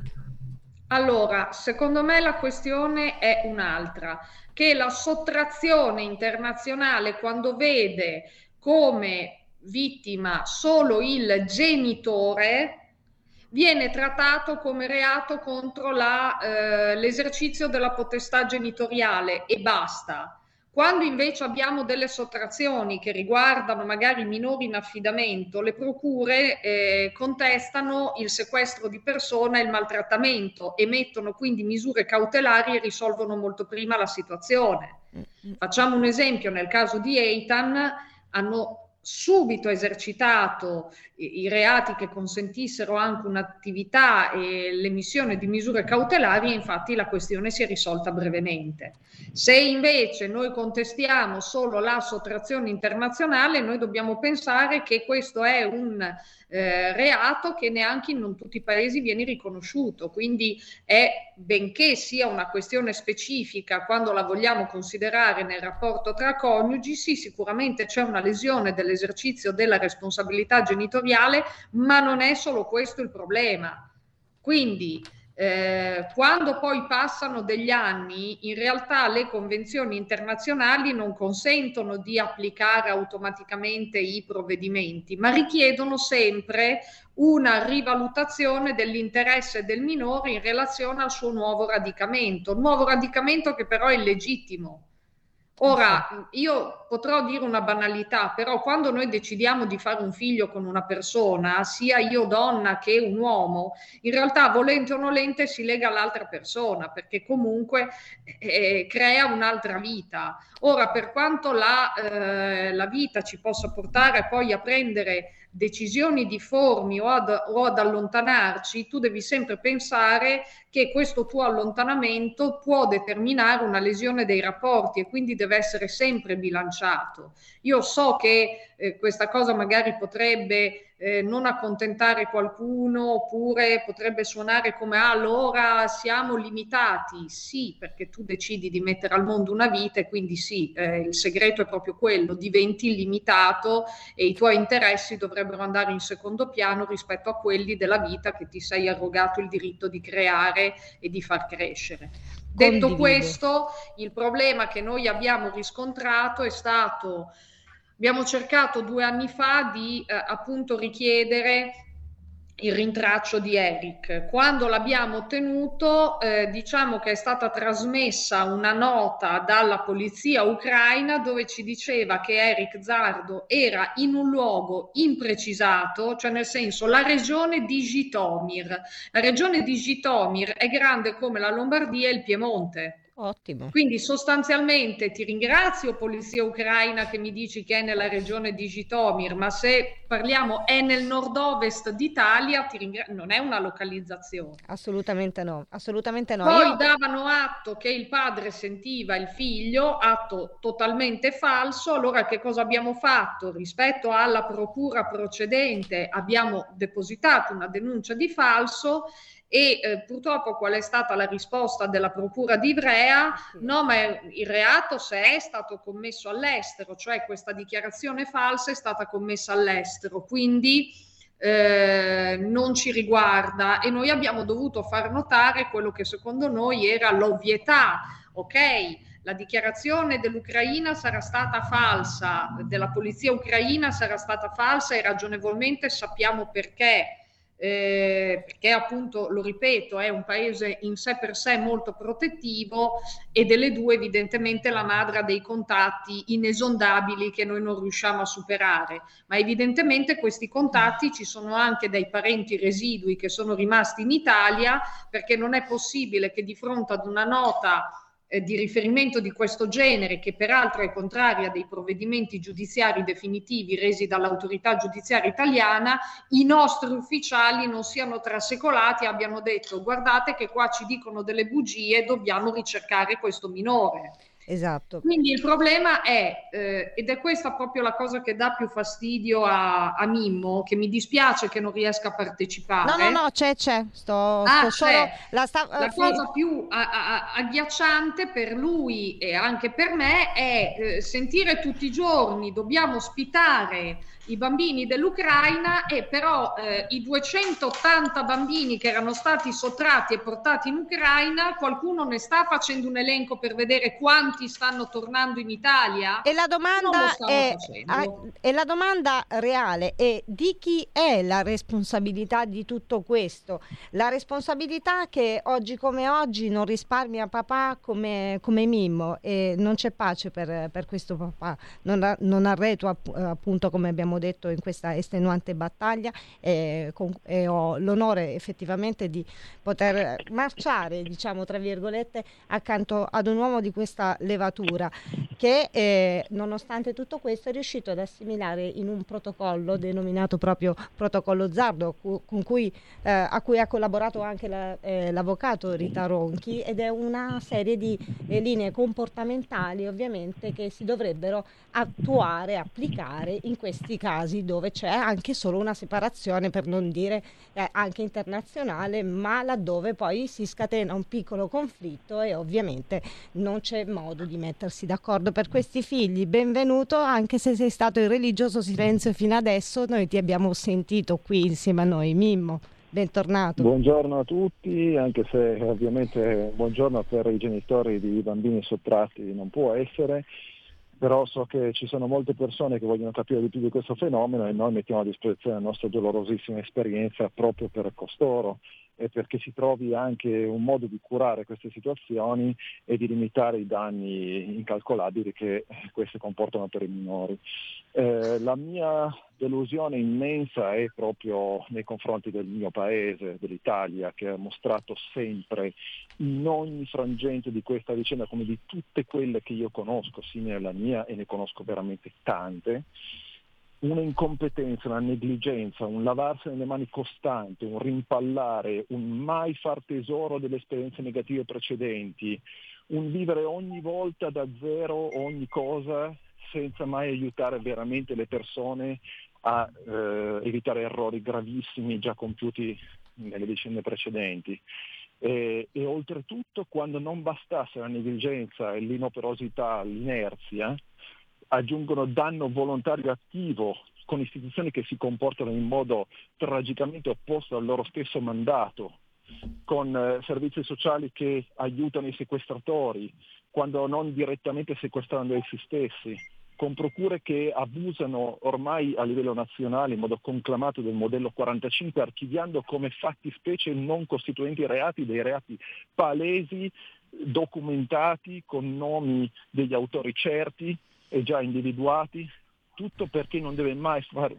Allora, secondo me la questione è un'altra, che la sottrazione internazionale, quando vede come vittima solo il genitore, viene trattato come reato contro la, eh, l'esercizio della potestà genitoriale e basta. Quando invece abbiamo delle sottrazioni che riguardano magari minori in affidamento, le procure eh, contestano il sequestro di persona e il maltrattamento, emettono quindi misure cautelari e risolvono molto prima la situazione. Facciamo un esempio: nel caso di Eitan hanno subito esercitato i, i reati che consentissero anche un'attività e l'emissione di misure cautelari, e infatti la questione si è risolta brevemente. Se invece noi contestiamo solo la sottrazione internazionale, noi dobbiamo pensare che questo è un eh, reato che neanche in non tutti i paesi viene riconosciuto, quindi è, benché sia una questione specifica quando la vogliamo considerare nel rapporto tra coniugi, sì, sicuramente c'è una lesione dell'esercizio della responsabilità genitoriale, ma non è solo questo il problema. Quindi Eh, quando poi passano degli anni, in realtà le convenzioni internazionali non consentono di applicare automaticamente i provvedimenti, ma richiedono sempre una rivalutazione dell'interesse del minore in relazione al suo nuovo radicamento, nuovo radicamento che però è illegittimo. Ora, io potrò dire una banalità, però quando noi decidiamo di fare un figlio con una persona, sia io donna che un uomo, in realtà volente o nolente si lega all'altra persona, perché comunque eh, crea un'altra vita. Ora, per quanto la, eh, la vita ci possa portare poi a prendere decisioni difformi o ad, o ad allontanarci, tu devi sempre pensare che questo tuo allontanamento può determinare una lesione dei rapporti e quindi deve essere sempre bilanciato. Io so che eh, questa cosa magari potrebbe eh, non accontentare qualcuno, oppure potrebbe suonare come ah, allora siamo limitati. Sì, perché tu decidi di mettere al mondo una vita e quindi sì, eh, il segreto è proprio quello, diventi limitato e i tuoi interessi dovrebbero andare in secondo piano rispetto a quelli della vita che ti sei arrogato il diritto di creare e di far crescere. Detto Condivido. questo, il problema che noi abbiamo riscontrato è stato, abbiamo cercato due anni fa di eh, appunto richiedere il rintraccio di Eric. Quando l'abbiamo ottenuto, eh, diciamo che è stata trasmessa una nota dalla polizia ucraina dove ci diceva che Eric Zardo era in un luogo imprecisato, cioè nel senso la regione di Žitomir. La regione di Žitomir è grande come la Lombardia e il Piemonte. Ottimo. Quindi sostanzialmente ti ringrazio, polizia ucraina, che mi dici che è nella regione di Žytomyr, ma se parliamo è nel nord-ovest d'Italia, ti ringra- non è una localizzazione. Assolutamente no, assolutamente no. Poi Io... davano atto che il padre sentiva il figlio, atto totalmente falso. Allora che cosa abbiamo fatto? Rispetto alla procura procedente abbiamo depositato una denuncia di falso. E eh, purtroppo qual è stata la risposta della procura di Ivrea? No, ma il reato, se è stato commesso all'estero, cioè questa dichiarazione falsa è stata commessa all'estero, quindi eh, non ci riguarda, e noi abbiamo dovuto far notare quello che secondo noi era l'ovvietà. Ok, la dichiarazione dell'Ucraina sarà stata falsa, della polizia ucraina sarà stata falsa, e ragionevolmente sappiamo perché. Eh, perché appunto, lo ripeto, è un paese in sé per sé molto protettivo, e delle due evidentemente la madre ha dei contatti inesondabili che noi non riusciamo a superare, ma evidentemente questi contatti ci sono anche dai parenti residui che sono rimasti in Italia, perché non è possibile che di fronte ad una nota eh, di riferimento di questo genere, che peraltro è contraria a dei provvedimenti giudiziari definitivi resi dall'autorità giudiziaria italiana, i nostri ufficiali non siano trasecolati e abbiano detto: guardate che qua ci dicono delle bugie, dobbiamo ricercare questo minore. Esatto. Quindi il problema è, eh, ed è questa proprio la cosa che dà più fastidio a, a Mimmo, che mi dispiace che non riesca a partecipare. No, no, no, c'è, c'è. Sto, ah, sto solo... c'è. La, sta, la uh, cosa più a, a, agghiacciante per lui e anche per me è eh, sentire tutti i giorni: dobbiamo ospitare i bambini dell'Ucraina, e però eh, i duecentottanta bambini che erano stati sottratti e portati in Ucraina, qualcuno ne sta facendo un elenco per vedere quanti stanno tornando in Italia? E la domanda è, a, e la domanda reale è: di chi è la responsabilità di tutto questo? La responsabilità che oggi come oggi non risparmia papà come, come Mimmo, e non c'è pace per, per questo papà, non, non arretua appunto, come abbiamo detto, in questa estenuante battaglia, e, con, e ho l'onore effettivamente di poter marciare, diciamo tra virgolette, accanto ad un uomo di questa levatura, che eh, nonostante tutto questo è riuscito ad assimilare in un protocollo denominato proprio protocollo Zardo, cu- con cui, eh, a cui ha collaborato anche la, eh, l'avvocato Rita Ronchi, ed è una serie di eh, linee comportamentali ovviamente che si dovrebbero attuare, applicare in questi casi dove c'è anche solo una separazione, per non dire eh, anche internazionale, ma laddove poi si scatena un piccolo conflitto e ovviamente non c'è modo di mettersi d'accordo per questi figli. Benvenuto, anche se sei stato in religioso silenzio fino adesso, noi ti abbiamo sentito qui insieme a noi. Mimmo, bentornato. Buongiorno a tutti, anche se ovviamente buongiorno per i genitori di bambini sottratti non può essere, però so che ci sono molte persone che vogliono capire di più di questo fenomeno, e noi mettiamo a disposizione la nostra dolorosissima esperienza proprio per costoro, e perché si trovi anche un modo di curare queste situazioni e di limitare i danni incalcolabili che queste comportano per i minori. Eh, la mia delusione immensa è proprio nei confronti del mio paese, dell'Italia, che ha mostrato sempre in ogni frangente di questa vicenda, come di tutte quelle che io conosco, simili alla mia, e ne conosco veramente tante, una incompetenza, una negligenza, un lavarsi nelle mani costante, un rimpallare, un mai far tesoro delle esperienze negative precedenti, un vivere ogni volta da zero ogni cosa senza mai aiutare veramente le persone a eh, evitare errori gravissimi già compiuti nelle vicende precedenti. E, e oltretutto, quando non bastasse la negligenza e l'inoperosità, l'inerzia, aggiungono danno volontario attivo con istituzioni che si comportano in modo tragicamente opposto al loro stesso mandato, con eh, servizi sociali che aiutano i sequestratori quando non direttamente sequestrando essi stessi, con procure che abusano ormai a livello nazionale in modo conclamato del modello quarantacinque, archiviando come fattispecie non costituenti reati dei reati palesi, documentati, con nomi degli autori certi e già individuati, tutto perché non deve mai far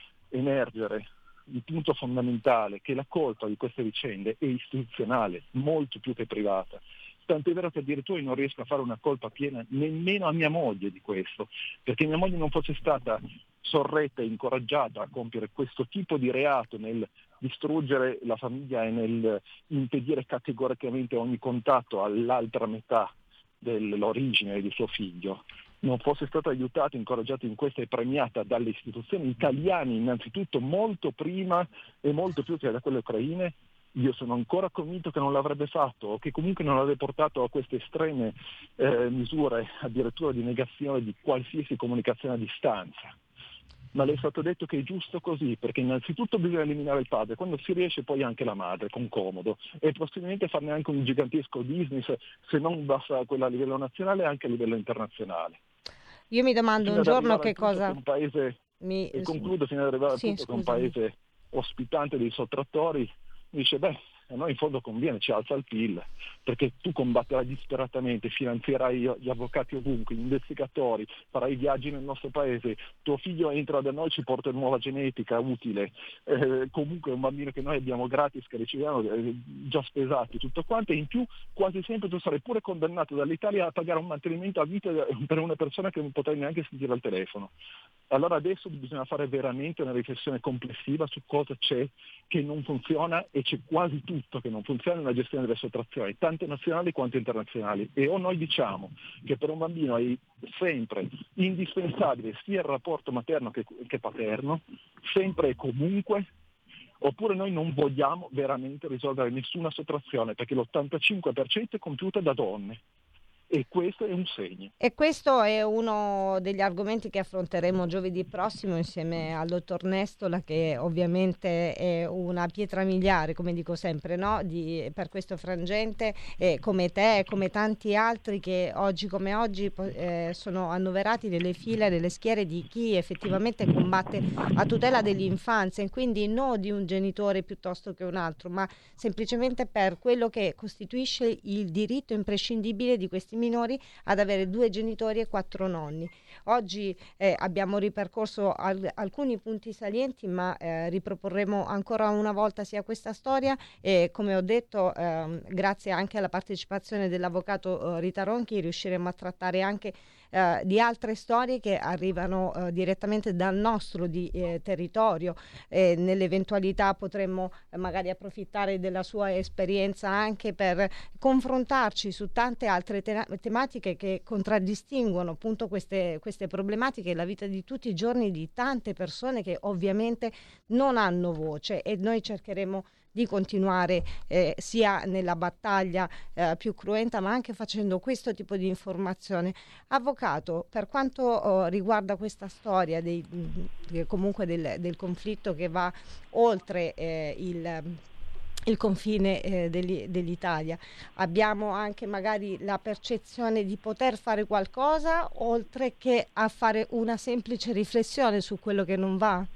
emergere il punto fondamentale, che la colpa di queste vicende è istituzionale, molto più che privata. tant'è vero che addirittura io non riesco a fare una colpa piena nemmeno a mia moglie di questo, perché mia moglie non fosse stata sorretta e incoraggiata a compiere questo tipo di reato nel distruggere la famiglia e nel impedire categoricamente ogni contatto all'altra metà dell'origine di suo figlio, non fosse stata aiutata, incoraggiata in questo e premiata dalle istituzioni italiane innanzitutto molto prima e molto più che da quelle ucraine, io sono ancora convinto che non l'avrebbe fatto o che comunque non avrebbe portato a queste estreme eh, misure addirittura di negazione di qualsiasi comunicazione a distanza. Ma le è stato detto che è giusto così, perché innanzitutto bisogna eliminare il padre, quando si riesce poi anche la madre, con comodo, e possibilmente farne anche un gigantesco business, se non basta quella a livello nazionale, anche a livello internazionale. Io mi domando Fino un giorno che cosa... cosa... Che un paese, mi... e concludo, fino ad arrivare al sì, punto che un paese ospitante dei sottrattori dice, beh, a noi in fondo conviene, ci alza il P I L, perché tu combatterai disperatamente, finanzierai gli avvocati ovunque, gli investigatori, farai viaggi nel nostro paese, tuo figlio entra da noi, ci porta nuova genetica utile, eh, comunque è un bambino che noi abbiamo gratis, che riceviamo eh, già spesati, tutto quanto, e in più quasi sempre tu sarai pure condannato dall'Italia a pagare un mantenimento a vita per una persona che non potrai neanche sentire al telefono. Allora adesso bisogna fare veramente una riflessione complessiva su cosa c'è che non funziona, e c'è quasi tutto che non funziona nella gestione delle sottrazioni, tanto nazionali quanto internazionali. E o noi diciamo che per un bambino è sempre indispensabile sia il rapporto materno che, che paterno, sempre e comunque, oppure noi non vogliamo veramente risolvere nessuna sottrazione, perché l'ottantacinque per cento è compiuta da donne. E questo è un segno. E questo è uno degli argomenti che affronteremo giovedì prossimo insieme al dottor Nestola, che ovviamente è una pietra miliare, come dico sempre, no? Di, per questo frangente, eh, come te e come tanti altri che oggi come oggi eh, sono annoverati nelle file, nelle schiere di chi effettivamente combatte a tutela dell'infanzia, e quindi non di un genitore piuttosto che un altro, ma semplicemente per quello che costituisce il diritto imprescindibile di questi minori ad avere due genitori e quattro nonni. Oggi eh, abbiamo ripercorso al- alcuni punti salienti, ma eh, riproporremo ancora una volta sia questa storia e, come ho detto, ehm, grazie anche alla partecipazione dell'avvocato eh, Rita Ronchi, riusciremo a trattare anche eh, di altre storie che arrivano eh, direttamente dal nostro di, eh, territorio. E nell'eventualità potremmo eh, magari approfittare della sua esperienza anche per confrontarci su tante altre te- tematiche che contraddistinguono appunto queste, queste problematiche e la vita di tutti i giorni di tante persone che ovviamente non hanno voce, e noi cercheremo di continuare eh, sia nella battaglia eh, più cruenta, ma anche facendo questo tipo di informazione. Avvocato, per quanto oh, riguarda questa storia dei, comunque del, del conflitto che va oltre eh, il il confine eh, degli, dell'Italia, abbiamo anche magari la percezione di poter fare qualcosa oltre che a fare una semplice riflessione su quello che non va?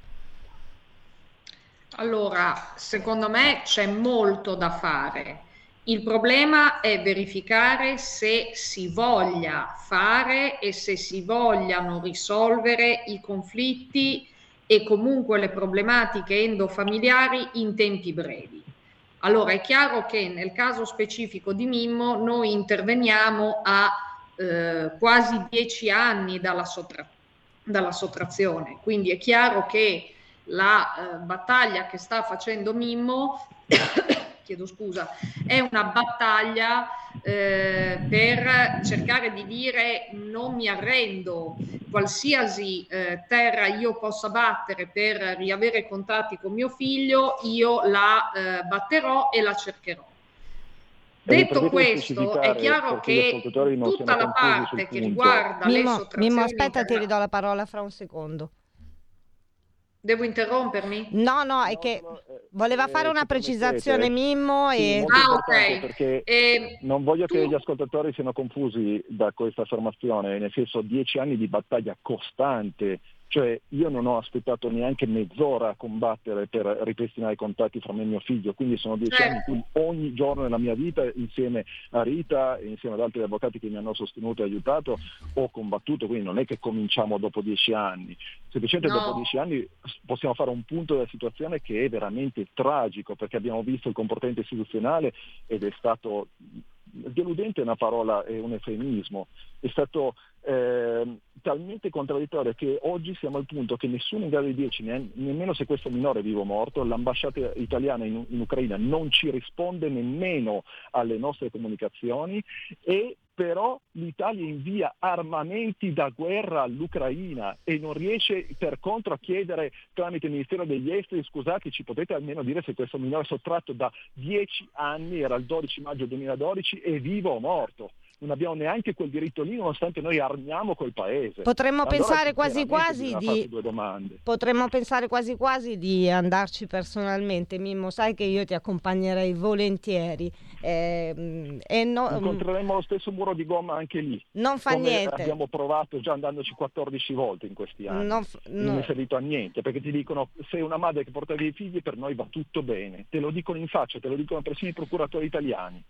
Allora, secondo me c'è molto da fare. Il problema è verificare se si voglia fare e se si vogliano risolvere i conflitti e comunque le problematiche endofamiliari in tempi brevi. Allora, è chiaro che nel caso specifico di Mimmo noi interveniamo a eh, quasi dieci anni dalla, sottra- dalla sottrazione, quindi è chiaro che la eh, battaglia che sta facendo Mimmo chiedo scusa, è una battaglia eh, per cercare di dire non mi arrendo, qualsiasi eh, terra io possa battere per riavere contatti con mio figlio, io la eh, batterò e la cercherò. Detto questo, è chiaro che tutta la parte che riguarda Mimmo, le sottrazioni... Mimmo, aspetta, ti ridò la parola fra un secondo. Devo interrompermi? No, no, è che voleva fare una precisazione Mimmo e... Sì, ah, ok. Perché e non voglio tu... che gli ascoltatori siano confusi da questa affermazione, nel senso dieci anni di battaglia costante. Cioè io non ho aspettato neanche mezz'ora a combattere per ripristinare i contatti fra me e mio figlio, quindi sono dieci certo. anni in cui ogni giorno nella mia vita, insieme a Rita e insieme ad altri avvocati che mi hanno sostenuto e aiutato, ho combattuto, quindi non è che cominciamo dopo dieci anni, semplicemente no. dopo dieci anni possiamo fare un punto della situazione che è veramente tragico, perché abbiamo visto il comportamento istituzionale ed è stato deludente è una parola, è un eufemismo, è stato eh, talmente contraddittorio che oggi siamo al punto che nessuno è in grado di dirci, ne- nemmeno se questo minore è vivo o morto. L'ambasciata italiana in, in Ucraina non ci risponde nemmeno alle nostre comunicazioni, e però l'Italia invia armamenti da guerra all'Ucraina e non riesce per contro a chiedere tramite il Ministero degli Esteri: scusate, ci potete almeno dire se questo minore sottratto da dieci anni, era il dodici maggio duemiladodici, è vivo o morto? Non abbiamo neanche quel diritto lì, nonostante noi armiamo quel paese. Potremmo allora, pensare quasi quasi di due domande. Potremmo pensare quasi quasi di andarci personalmente. Mimmo, sai che io ti accompagnerei volentieri. Eh, e no, incontreremo lo stesso muro di gomma anche lì. Non fa come niente. Abbiamo provato già andandoci quattordici volte in questi anni. Non, non no. è servito a niente, perché ti dicono: sei una madre che porta via i figli, per noi va tutto bene. Te lo dicono in faccia, te lo dicono persino i procuratori italiani.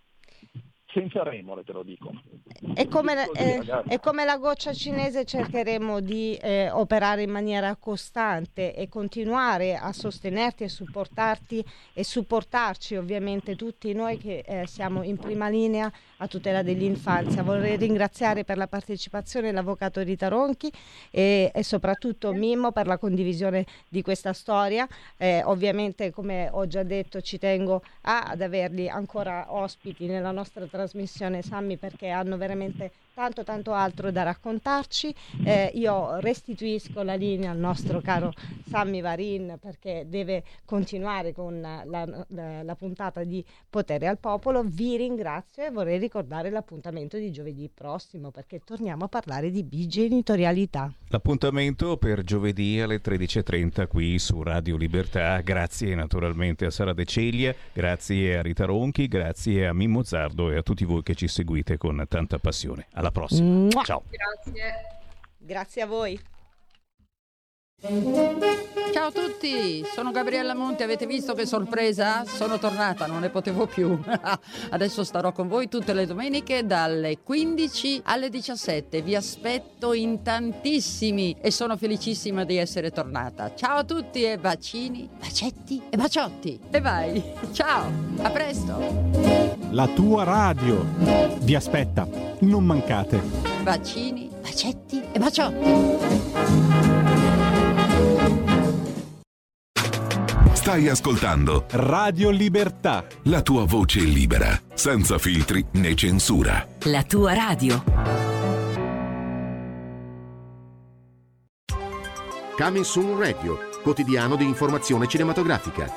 Senza remore, te lo dico. E come, eh, e come la goccia cinese cercheremo di eh, operare in maniera costante e continuare a sostenerti e supportarti e supportarci, ovviamente tutti noi che eh, siamo in prima linea a tutela dell'infanzia. Vorrei ringraziare per la partecipazione l'avvocato Rita Ronchi e, e soprattutto Mimmo per la condivisione di questa storia. Eh, ovviamente, come ho già detto, ci tengo a, ad averli ancora ospiti nella nostra trasmissione, Sammy, perché hanno veramente tanto tanto altro da raccontarci. Eh, io restituisco la linea al nostro caro Sammy Varin, perché deve continuare con la, la, la puntata di Potere al Popolo. Vi ringrazio e vorrei ricordare l'appuntamento di giovedì prossimo, perché torniamo a parlare di bigenitorialità. L'appuntamento per giovedì alle tredici e trenta qui su Radio Libertà. Grazie naturalmente a Sara De Ceglia, grazie a Rita Ronchi, grazie a Mimmo Zardo e a tutti voi che ci seguite con tanta passione. Alla prossima. Mua. Ciao. Grazie. Grazie a voi. Ciao a tutti, sono Gabriella Monti. Avete visto che sorpresa? Sono tornata, non ne potevo più. Adesso starò con voi tutte le domeniche dalle quindici alle diciassette. Vi aspetto in tantissimi e sono felicissima di essere tornata. Ciao a tutti e bacini, bacetti e baciotti. E vai, ciao, a presto. La tua radio vi aspetta, non mancate. Bacini, bacetti e baciotti. Stai ascoltando Radio Libertà, la tua voce libera, senza filtri né censura. La tua radio. Coming Soon Radio, quotidiano di informazione cinematografica.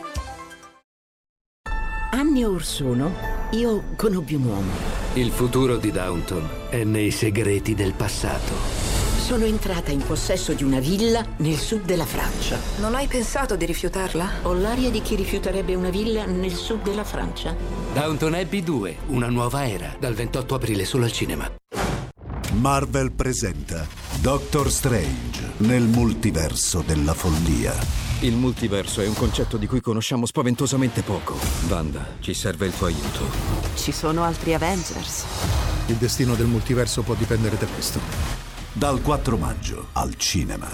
Anni or sono, io conobbi un uomo. Il futuro di Downton è nei segreti del passato. Sono entrata in possesso di una villa nel sud della Francia. Non hai pensato di rifiutarla? Ho l'aria di chi rifiuterebbe una villa nel sud della Francia. Downton Abbey due, una nuova era, dal ventotto aprile solo al cinema. Marvel presenta Doctor Strange nel multiverso della follia. Il multiverso è un concetto di cui conosciamo spaventosamente poco. Wanda, ci serve il tuo aiuto. Ci sono altri Avengers. Il destino del multiverso può dipendere da questo. Dal quattro maggio al cinema.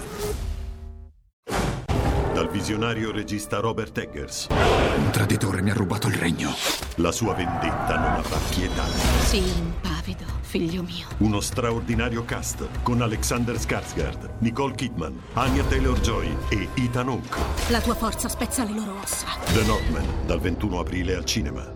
Dal visionario regista Robert Eggers. Un traditore mi ha rubato il regno. La sua vendetta non avrà pietà. Sii impavido, figlio mio. Uno straordinario cast con Alexander Skarsgård, Nicole Kidman, Anya Taylor-Joy e Ethan Hawke. La tua forza spezza le loro ossa. The Northman, dal ventuno aprile al cinema.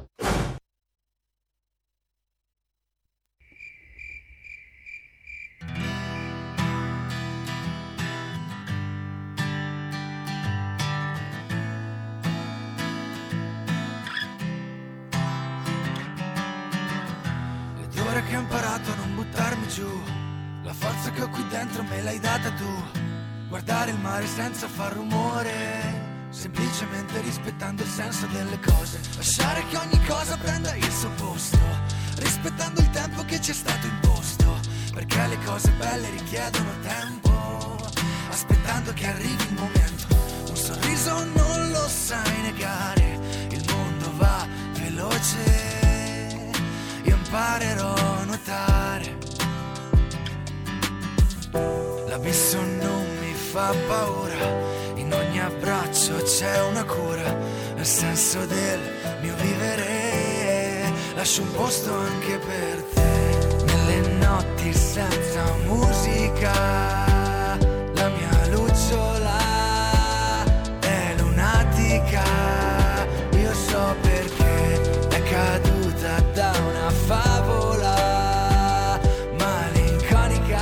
Che ho imparato a non buttarmi giù, la forza che ho qui dentro me l'hai data tu. Guardare il mare senza far rumore, semplicemente rispettando il senso delle cose. Lasciare che ogni cosa prenda il suo posto, rispettando il tempo che ci è stato imposto, perché le cose belle richiedono tempo, aspettando che arrivi il momento. Un sorriso non lo sai negare, il mondo va veloce, io imparerò a nuotare. L'abisso non mi fa paura, in ogni abbraccio c'è una cura, nel senso del mio vivere. La lascio un posto anche per te. Nelle notti senza musica, la mia lucciola è lunatica. Io so perché è caduta da una favola malinconica,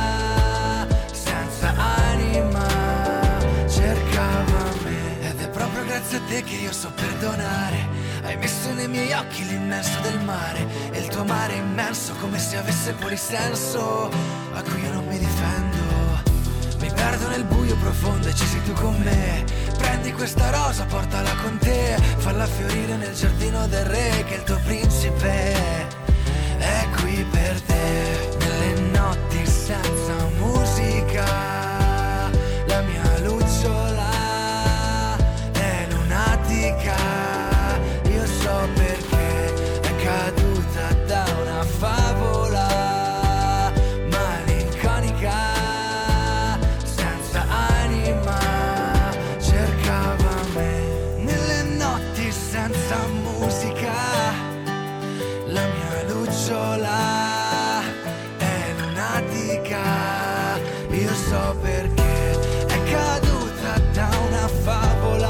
senza anima, cercava me. Ed è proprio grazie a te che io so perdonare. Hai messo nei miei occhi l'immenso del mare, e il tuo mare immenso come se avesse polisenso, a cui io non mi difendo. Mi perdo nel buio profondo e ci sei tu con me. Prendi questa rosa, portala con te, falla fiorire nel giardino del re, che il tuo principe è qui per te. Nelle notti senza musica, la mia lucciola è lunatica. Io so perché è caduta da una favola malinconica, senza anima, cercava me. Nelle notti senza musica, la mia lucciola è lunatica. Io so perché è caduta da una favola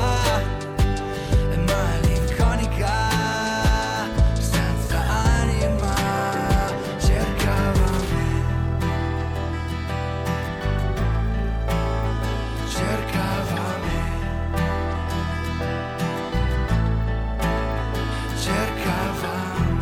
malinconica, senza anima, cercava me, cercava me, cercava me.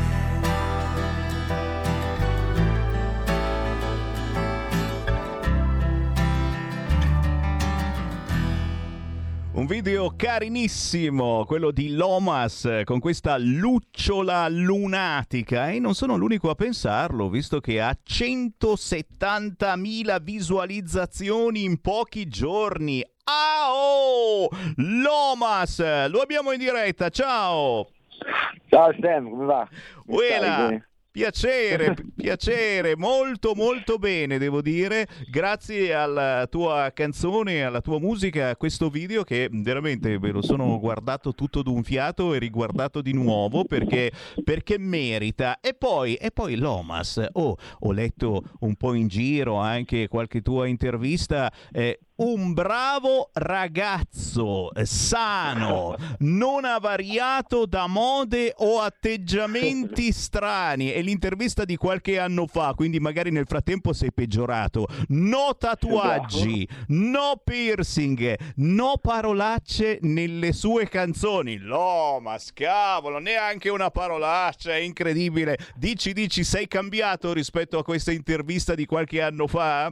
Un video carinissimo, quello di Lomas con questa lucciola lunatica, e non sono l'unico a pensarlo, visto che ha centosettantamila visualizzazioni in pochi giorni. Ah, oh! Lomas, lo abbiamo in diretta, ciao! Ciao Sam, come va? Uela! Piacere, pi- piacere, molto molto bene, devo dire, grazie alla tua canzone, alla tua musica, a questo video che veramente me lo sono guardato tutto d'un fiato e riguardato di nuovo perché, perché merita. E poi, e poi Lomas, oh, ho letto un po' in giro anche qualche tua intervista, eh, un bravo ragazzo, sano, non avariato da mode o atteggiamenti strani. È l'intervista di qualche anno fa, quindi magari nel frattempo sei peggiorato. No tatuaggi, no piercing, no parolacce nelle sue canzoni. Lomas, cavolo, neanche una parolaccia, è incredibile. Dici, dici, sei cambiato rispetto a questa intervista di qualche anno fa?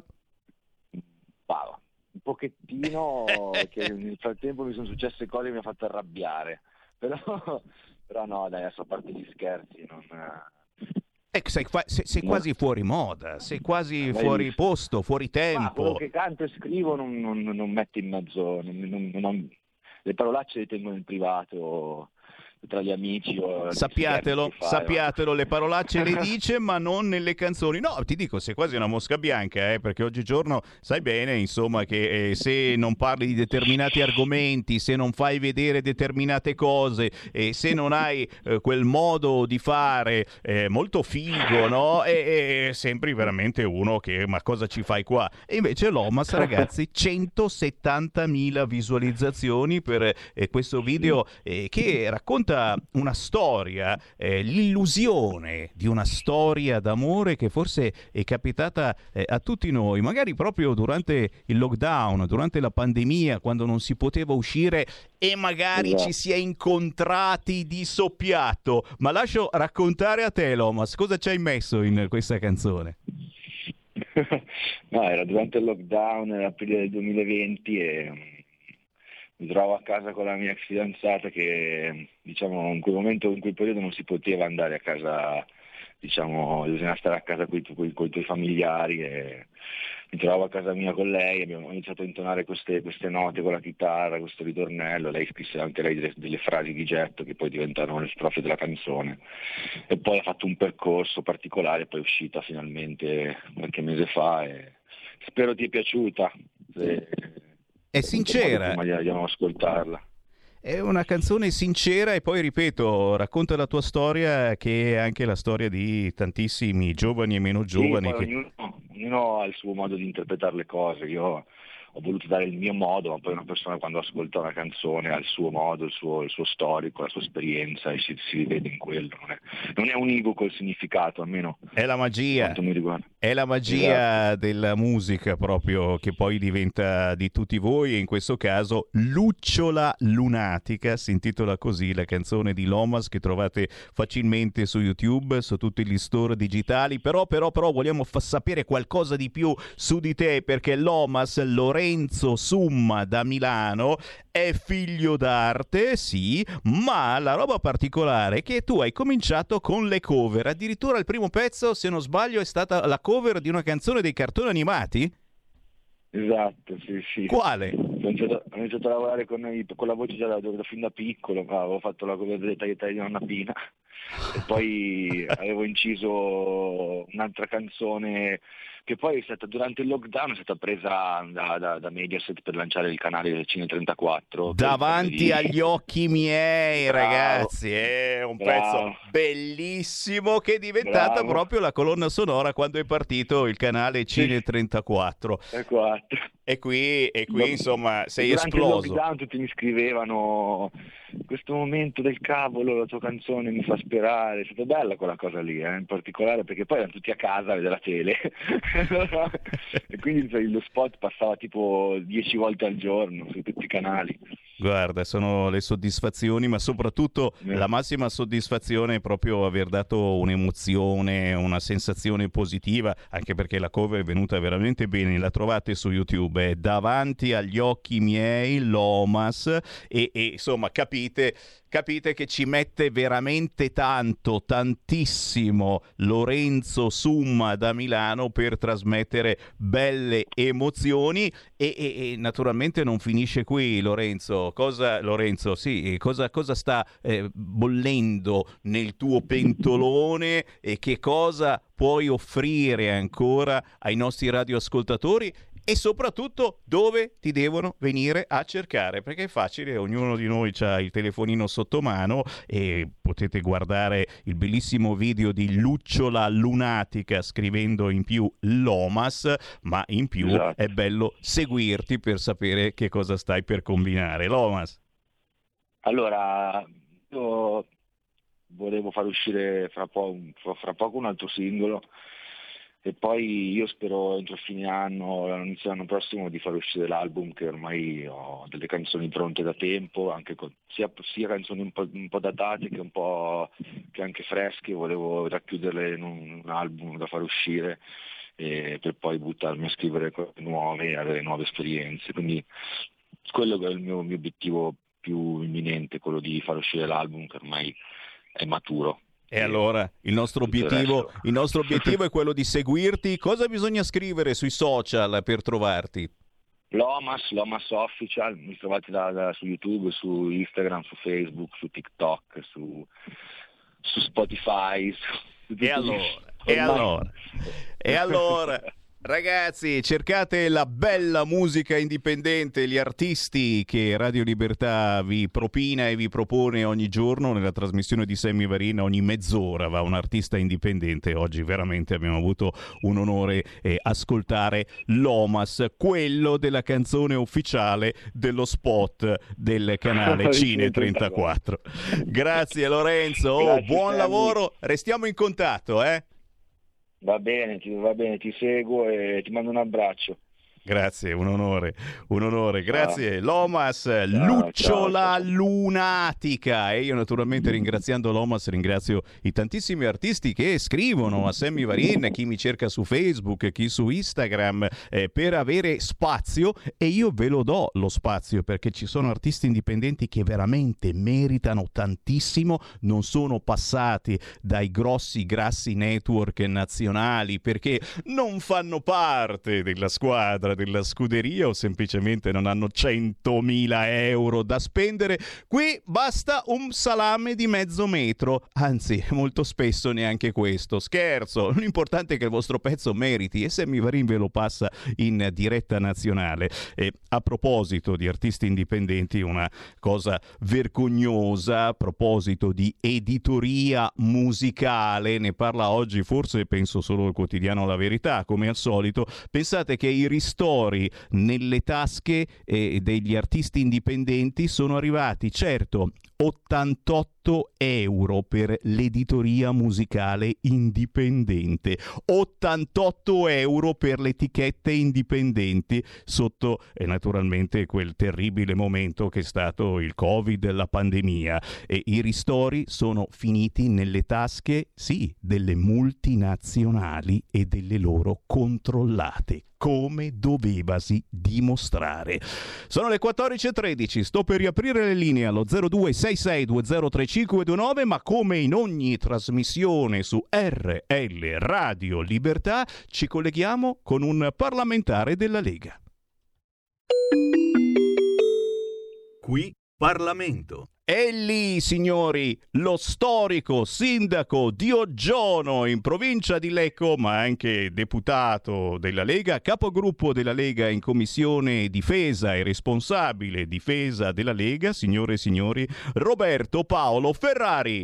Wow. Un pochettino, che nel frattempo mi sono successe cose che mi ha fatto arrabbiare, però, però no, dai, adesso a parte gli scherzi, non... Eh, sei, qua- sei, sei quasi fuori moda, sei quasi Vai fuori visto. posto, fuori Ma tempo. quello che canto e scrivo non, non, non metto in mezzo, non, non, non ho... le parolacce le tengo nel privato, tra gli amici. O Sappiatelo, fai, sappiatelo, le parolacce le dice ma non nelle canzoni. No, ti dico, sei quasi una mosca bianca, eh, perché oggigiorno sai bene, insomma, che eh, se non parli di determinati argomenti, se non fai vedere determinate cose e se non hai eh, quel modo di fare eh, molto figo, no? E, e sembri veramente uno che, ma cosa ci fai qua? E invece Lomas, ragazzi, centosettantamila visualizzazioni per eh, questo video eh, che racconta una storia, eh, l'illusione di una storia d'amore che forse è capitata eh, a tutti noi, magari proprio durante il lockdown, durante la pandemia, quando non si poteva uscire e magari Esatto. ci si è incontrati di soppiatto. Ma lascio raccontare a te, Lomas, cosa ci hai messo in questa canzone? No, era durante il lockdown, era aprile del duemilaventi e mi trovavo a casa con la mia ex fidanzata che, diciamo, in quel momento, in quel periodo non si poteva andare a casa, diciamo, bisognava stare a casa con i tuoi familiari, e mi trovavo a casa mia con lei, abbiamo iniziato a intonare queste, queste note con la chitarra, questo ritornello, lei scrisse anche lei delle, delle frasi di getto che poi diventarono le strofe della canzone, e poi ha fatto un percorso particolare, poi è uscita finalmente qualche mese fa e spero ti è piaciuta. Se... È sincera. Ma andiamo ad ascoltarla. è una canzone sincera e poi, ripeto, racconta la tua storia, che è anche la storia di tantissimi giovani e meno giovani. Sì, poi che... ognuno, ognuno ha il suo modo di interpretare le cose. Io ho voluto dare il mio modo, ma poi una persona quando ascolta una canzone ha il suo modo, il suo, il suo storico, la sua esperienza, e si, si rivede in quello. Non è, non è univoco il significato, almeno è la magia, quanto mi riguarda. È la magia Esatto. della musica proprio, che poi diventa di tutti voi, e in questo caso Lucciola Lunatica, si intitola così la canzone di Lomas, che trovate facilmente su YouTube, su tutti gli store digitali. Però però però vogliamo fa sapere qualcosa di più su di te, perché Lomas, Lorenzo Summa da Milano, è figlio d'arte, sì, ma la roba particolare è che tu hai cominciato con le cover. Addirittura il primo pezzo, se non sbaglio, è stata la cover di una canzone dei cartoni animati? Esatto, sì, sì. Quale? Ho iniziato, ho iniziato a lavorare con, i, con la voce già da, da fin da piccolo, avevo fatto la cover delle tagliatelle di Nonna Pina e poi avevo inciso un'altra canzone che poi è stata durante il lockdown, è stata presa da, da, da Mediaset per lanciare il canale Cine trentaquattro. Davanti di... agli occhi miei, Bravo. Ragazzi, è un Bravo. pezzo bellissimo che è diventata Bravo. proprio la colonna sonora quando è partito il canale Cine Sì. trentaquattro. trentaquattro. E qui, e qui Lo- insomma, sei durante esploso. il lockdown tutti mi scrivevano: questo momento del cavolo, la tua canzone mi fa sperare. È stata bella quella cosa lì, eh, in particolare perché poi erano tutti a casa a vedere la tele e quindi lo spot passava tipo dieci volte al giorno su tutti i canali. Guarda, sono le soddisfazioni, ma soprattutto Eh. la massima soddisfazione è proprio aver dato un'emozione, una sensazione positiva, anche perché la cover è venuta veramente bene. La trovate su YouTube, è Davanti agli occhi miei, Lomas, e, e insomma capite, capite che ci mette veramente tanto, tantissimo Lorenzo Summa da Milano per trasmettere belle emozioni. E, e, e naturalmente non finisce qui, Lorenzo. Cosa, Lorenzo, sì, cosa, cosa sta eh, bollendo nel tuo pentolone, e che cosa puoi offrire ancora ai nostri radioascoltatori, e soprattutto dove ti devono venire a cercare? Perché è facile, ognuno di noi ha il telefonino sotto mano e potete guardare il bellissimo video di Lucciola Lunatica scrivendo in più Lomas, ma in più Esatto. è bello seguirti per sapere che cosa stai per combinare. Lomas. Allora, io volevo far uscire fra, po- fra poco un altro singolo, e poi io spero entro fine anno, inizio l'anno prossimo, di far uscire l'album, che ormai ho delle canzoni pronte da tempo, anche con, sia, sia canzoni un po', un po' datate che un po' che anche fresche. Volevo racchiuderle in un, un album da far uscire, e per poi buttarmi a scrivere cose nuove e avere nuove esperienze. Quindi quello è il mio, mio obiettivo più imminente, quello di far uscire l'album, che ormai è maturo. E allora il nostro Tutto il obiettivo, resto. il nostro obiettivo è quello di seguirti. Cosa bisogna scrivere sui social per trovarti? Lomas, Lomas Official, mi trovate da, da, su YouTube, su Instagram, su Facebook, su TikTok, su, su Spotify. Su E allora, e allora, e allora, ragazzi, cercate la bella musica indipendente, gli artisti che Radio Libertà vi propina e vi propone ogni giorno nella trasmissione di Sammy Varin. Ogni mezz'ora va un artista indipendente. Oggi veramente abbiamo avuto un onore eh, ascoltare Lomas, quello della canzone ufficiale dello spot del canale Cine trentaquattro. Grazie Lorenzo, oh, Grazie, buon Sammy. lavoro, restiamo in contatto, eh? Va bene, ti, va bene, ti seguo e ti mando un abbraccio. Grazie, un onore, un onore, grazie. Lomas, Ciao, Lucciola ciao, ciao. Lunatica. E io naturalmente, ringraziando Lomas, ringrazio i tantissimi artisti che scrivono a Sammy Varin, chi mi cerca su Facebook, chi su Instagram, eh, per avere spazio, e io ve lo do lo spazio, perché ci sono artisti indipendenti che veramente meritano tantissimo, non sono passati dai grossi grassi network nazionali perché non fanno parte della squadra squadra della scuderia o semplicemente non hanno centomila euro da spendere. Qui basta un salame di mezzo metro, anzi molto spesso neanche questo. Scherzo, l'importante è che il vostro pezzo meriti, e Sammy Varin ve lo passa in diretta nazionale. E a proposito di artisti indipendenti, una cosa vergognosa a proposito di editoria musicale, ne parla oggi forse penso solo il quotidiano La Verità, come al solito. Pensate che i ristori nelle tasche eh, degli artisti indipendenti sono arrivati, certo, ottantotto euro per l'editoria musicale indipendente, ottantotto euro per le etichette indipendenti sotto eh, naturalmente quel terribile momento che è stato il Covid, la pandemia, e i ristori sono finiti nelle tasche, sì, delle multinazionali e delle loro controllate, come dovevasi dimostrare. Sono le quattordici e tredici, sto per riaprire le linee allo zero due sei sei due zero tre cinque due nove, ma come in ogni trasmissione su R L Radio Libertà ci colleghiamo con un parlamentare della Lega. Qui Parlamento. E lì, signori, lo storico sindaco di Oggiono in provincia di Lecco, ma anche deputato della Lega, capogruppo della Lega in commissione difesa e responsabile difesa della Lega, signore e signori, Roberto Paolo Ferrari.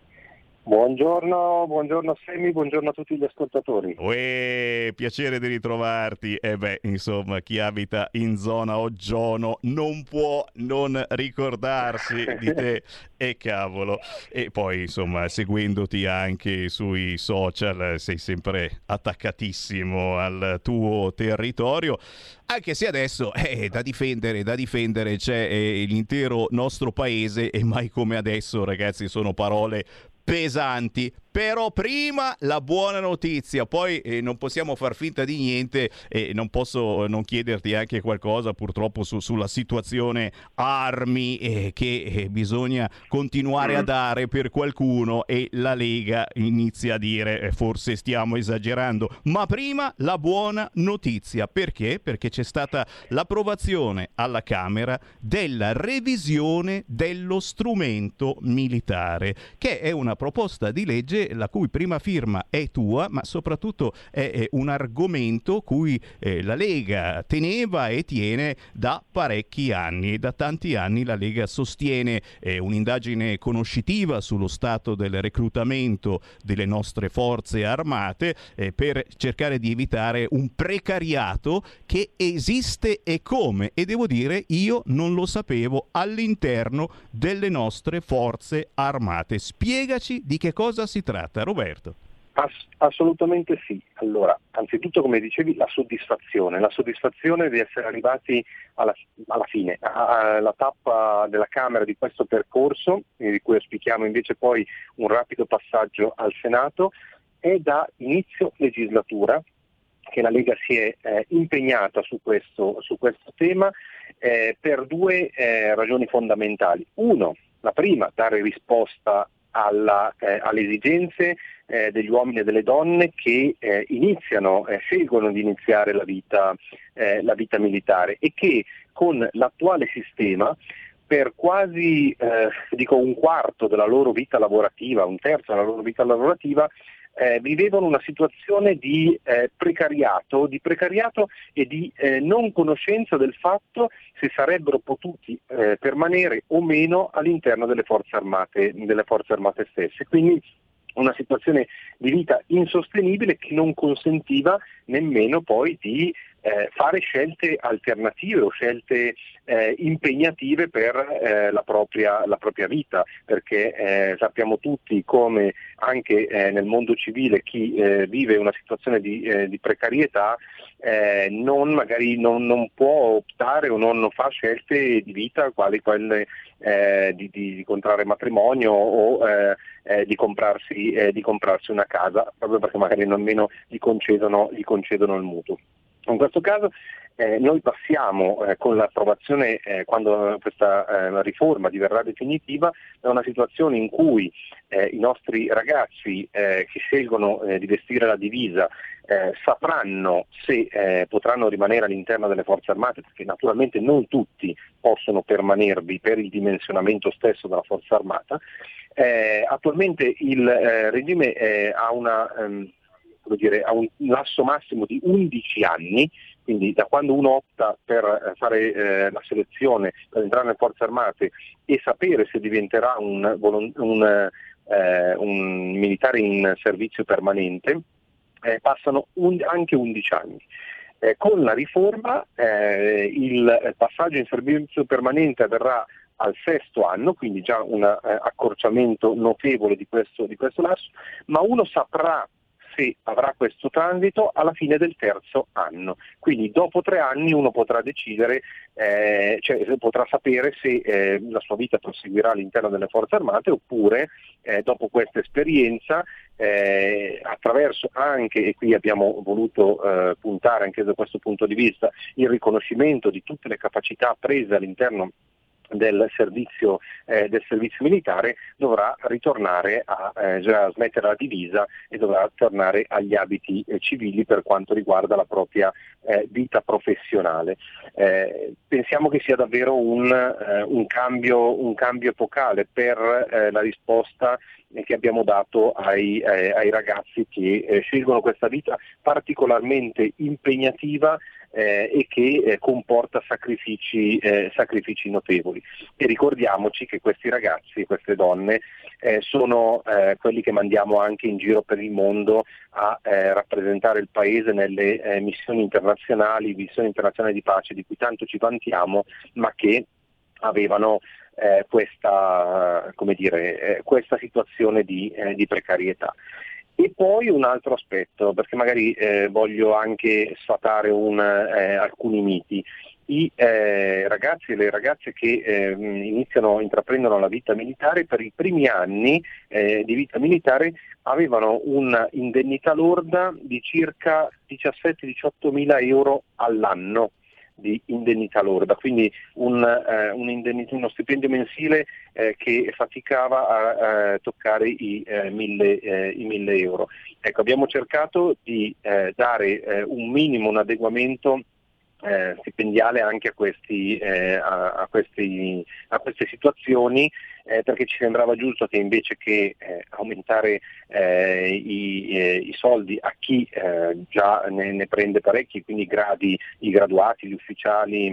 Buongiorno, buongiorno Sammy, buongiorno a tutti gli ascoltatori. Uè, piacere di ritrovarti. E eh beh, insomma, chi abita in zona Oggiono non può non ricordarsi di te. E cavolo. E poi, insomma, seguendoti anche sui social, sei sempre attaccatissimo al tuo territorio. Anche se adesso eh, da difendere, da difendere c'è eh, l'intero nostro paese, e mai come adesso, ragazzi, sono parole pesanti. Però prima la buona notizia, poi eh, non possiamo far finta di niente e eh, non posso non chiederti anche qualcosa purtroppo su, sulla situazione armi eh, che eh, bisogna continuare a dare per qualcuno, e la Lega inizia a dire eh, forse stiamo esagerando. Ma prima la buona notizia, perché? Perché c'è stata l'approvazione alla Camera della revisione dello strumento militare, che è una proposta di legge la cui prima firma è tua, ma soprattutto è, è un argomento cui eh, la Lega teneva e tiene da parecchi anni. Da tanti anni la Lega sostiene eh, un'indagine conoscitiva sullo stato del reclutamento delle nostre forze armate eh, per cercare di evitare un precariato che esiste e come, e devo dire io non lo sapevo, all'interno delle nostre forze armate. Spiegaci di che cosa si tratta, Roberto. Ass- assolutamente sì. Allora, anzitutto, come dicevi, la soddisfazione, la soddisfazione di essere arrivati alla, alla fine, alla tappa della Camera di questo percorso, di cui auspichiamo invece poi un rapido passaggio al Senato. È da inizio legislatura che la Lega si è eh, impegnata su questo, su questo tema eh, per due eh, ragioni fondamentali. Uno, la prima, dare risposta Alla, eh, alle esigenze eh, degli uomini e delle donne che eh, iniziano, eh, scelgono di iniziare la vita, eh, la vita militare, e che con l'attuale sistema per quasi eh, dico un quarto della loro vita lavorativa, un terzo della loro vita lavorativa, eh, vivevano una situazione di eh, precariato, di precariato e di eh, non conoscenza del fatto se sarebbero potuti eh, permanere o meno all'interno delle forze armate, delle forze armate stesse. Quindi una situazione di vita insostenibile che non consentiva nemmeno poi di eh, fare scelte alternative o scelte eh, impegnative per eh, la propria, la propria vita, perché eh, sappiamo tutti come anche eh, nel mondo civile chi eh, vive una situazione di, eh, di precarietà eh, non magari non, non può optare o non fa scelte di vita quali quelle eh, di, di, di contrarre matrimonio o eh, eh, di comprarsi eh, di comprarsi una casa, proprio perché magari nemmeno gli concedono gli concedono il mutuo. In questo caso eh, noi passiamo eh, con l'approvazione, eh, quando questa eh, riforma diverrà definitiva, da una situazione in cui eh, i nostri ragazzi eh, che scelgono eh, di vestire la divisa eh, sapranno se eh, potranno rimanere all'interno delle forze armate, perché naturalmente non tutti possono permanervi per il dimensionamento stesso della forza armata. Eh, attualmente il eh, regime eh, ha, una, ehm, come dire, ha un lasso massimo di undici anni, quindi da quando uno opta per fare eh, la selezione per entrare nelle forze armate e sapere se diventerà un, un, un, eh, un militare in servizio permanente, eh, passano un, anche undici anni. Eh, con la riforma eh, il passaggio in servizio permanente avverrà al sesto anno, quindi già un eh, accorciamento notevole di questo, di questo lasso, ma uno saprà se avrà questo transito alla fine del terzo anno. Quindi dopo tre anni uno potrà decidere, eh, cioè potrà sapere se eh, la sua vita proseguirà all'interno delle forze armate oppure eh, dopo questa esperienza eh, attraverso anche, e qui abbiamo voluto eh, puntare anche da questo punto di vista, il riconoscimento di tutte le capacità apprese all'interno del servizio, eh, del servizio militare, dovrà ritornare a eh, già smettere la divisa e dovrà tornare agli abiti eh, civili per quanto riguarda la propria eh, vita professionale. Eh, pensiamo che sia davvero un, eh, un, cambio, un cambio epocale per eh, la risposta che abbiamo dato ai, eh, ai ragazzi che eh, scelgono questa vita particolarmente impegnativa Eh, e che eh, comporta sacrifici, eh, sacrifici notevoli. E ricordiamoci che questi ragazzi, queste donne, eh, sono eh, quelli che mandiamo anche in giro per il mondo a eh, rappresentare il paese nelle eh, missioni internazionali, missioni internazionali di pace di cui tanto ci vantiamo, ma che avevano eh, questa, come dire, eh, questa situazione di, eh, di precarietà. E poi un altro aspetto, perché magari eh, voglio anche sfatare un, eh, alcuni miti. I eh, ragazzi e le ragazze che eh, iniziano, intraprendono la vita militare, per i primi anni eh, di vita militare avevano un'indennità lorda di circa diciassette diciotto mila euro all'anno di indennità lorda, quindi un, eh, un indennità, uno stipendio mensile eh, che faticava a, a toccare i, eh, mille, eh, i mille euro. Ecco, abbiamo cercato di eh, dare eh, un minimo, un adeguamento eh, stipendiale anche a, questi, eh, a, a, questi, a queste situazioni, eh, perché ci sembrava giusto che invece che eh, aumentare eh, i, eh, i soldi a chi eh, già ne, ne prende parecchi, quindi i gradi, i graduati, gli ufficiali,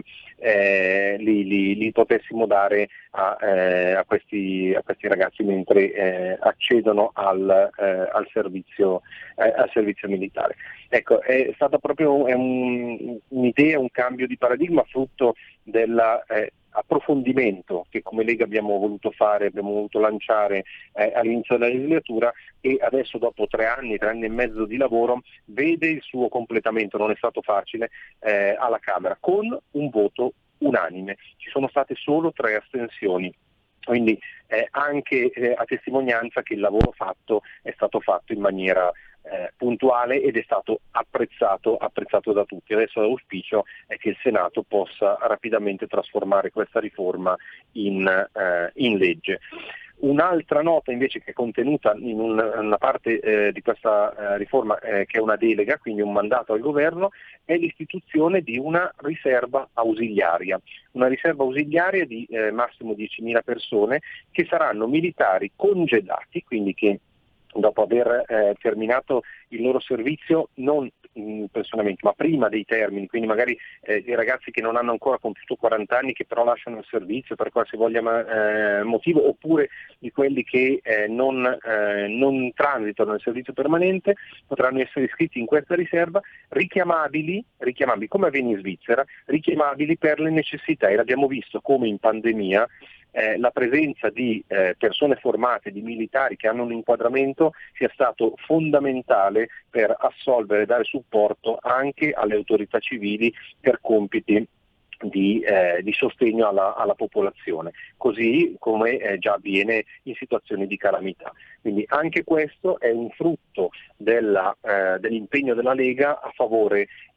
eh, li, li, li potessimo dare a, eh, a, questi, a questi ragazzi mentre eh, accedono al, eh, al, servizio, eh, al servizio militare. Ecco, è stata proprio è un, un'idea, un cambio di paradigma frutto della eh, approfondimento che come Lega abbiamo voluto fare, abbiamo voluto lanciare eh, all'inizio della legislatura, e adesso dopo tre anni, tre anni e mezzo di lavoro vede il suo completamento. Non è stato facile eh, alla Camera, con un voto unanime. Ci sono state solo tre astensioni. Quindi eh, anche eh, a testimonianza che il lavoro fatto è stato fatto in maniera eh, puntuale ed è stato apprezzato, apprezzato da tutti. Adesso l'auspicio è che il Senato possa rapidamente trasformare questa riforma in, eh, in legge. Un'altra nota invece che è contenuta in un, una parte eh, di questa eh, riforma eh, che è una delega, quindi un mandato al governo, è l'istituzione di una riserva ausiliaria, una riserva ausiliaria di eh, massimo diecimila persone che saranno militari congedati, quindi che dopo aver eh, terminato il loro servizio non in pensionamento ma prima dei termini, quindi magari eh, i ragazzi che non hanno ancora compiuto quaranta anni che però lasciano il servizio per qualsivoglia eh, motivo, oppure di quelli che eh, non, eh, non transitano nel servizio permanente, potranno essere iscritti in questa riserva, richiamabili, richiamabili come avviene in Svizzera, richiamabili per le necessità. E l'abbiamo visto come in pandemia Eh, la presenza di eh, persone formate, di militari che hanno un inquadramento sia stato fondamentale per assolvere e dare supporto anche alle autorità civili per compiti di, eh, di sostegno alla, alla popolazione, così come eh, già avviene in situazioni di calamità. Quindi anche questo è un frutto della, eh, dell'impegno della Lega a favore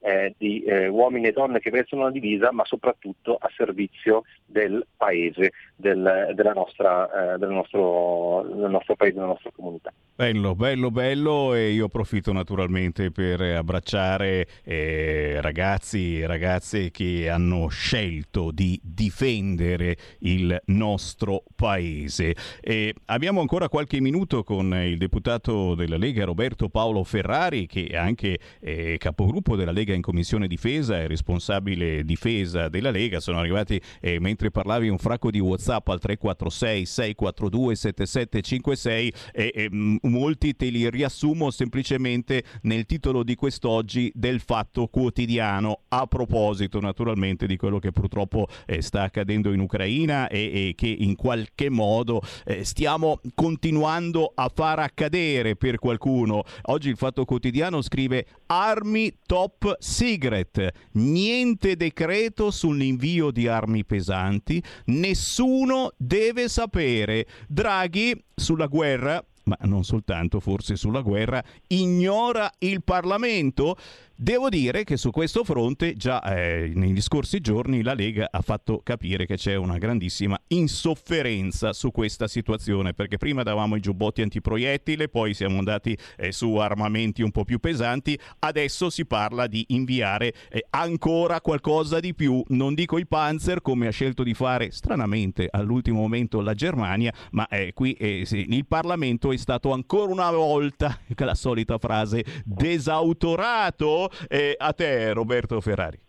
eh, di eh, uomini e donne che vestono la divisa, ma soprattutto a servizio del paese, del, della nostra, eh, del, nostro, del nostro paese, della nostra comunità. Bello, bello, bello, e io approfitto naturalmente per abbracciare eh, ragazzi e ragazze che hanno scelto di difendere il nostro paese. E abbiamo ancora qualche minuto con il deputato della Lega Roberto Paolo Ferrari, che è anche eh, capogruppo della Lega in Commissione Difesa e responsabile difesa della Lega. Sono arrivati, eh, mentre parlavi, un fracco di WhatsApp al tre quattro sei sei quattro due sette sette cinque sei e, e molti te li riassumo semplicemente nel titolo di quest'oggi del Fatto Quotidiano, a proposito naturalmente di quello che purtroppo eh, sta accadendo in Ucraina e, e che in qualche modo eh, stiamo continuando a far accadere per qualcuno. Oggi il Fatto Quotidiano scrive: armi top secret, niente decreto sull'invio di armi pesanti, nessuno deve sapere. Draghi sulla guerra, ma non soltanto, forse sulla guerra, ignora il Parlamento. Devo dire che su questo fronte già eh, negli scorsi giorni la Lega ha fatto capire che c'è una grandissima insofferenza su questa situazione, perché prima davamo i giubbotti antiproiettile, poi siamo andati eh, su armamenti un po' più pesanti, adesso si parla di inviare eh, ancora qualcosa di più, non dico i Panzer come ha scelto di fare stranamente all'ultimo momento la Germania, ma eh, qui eh, sì, il Parlamento è stato ancora una volta, la solita frase, desautorato. Eh, a te Roberto Ferrari.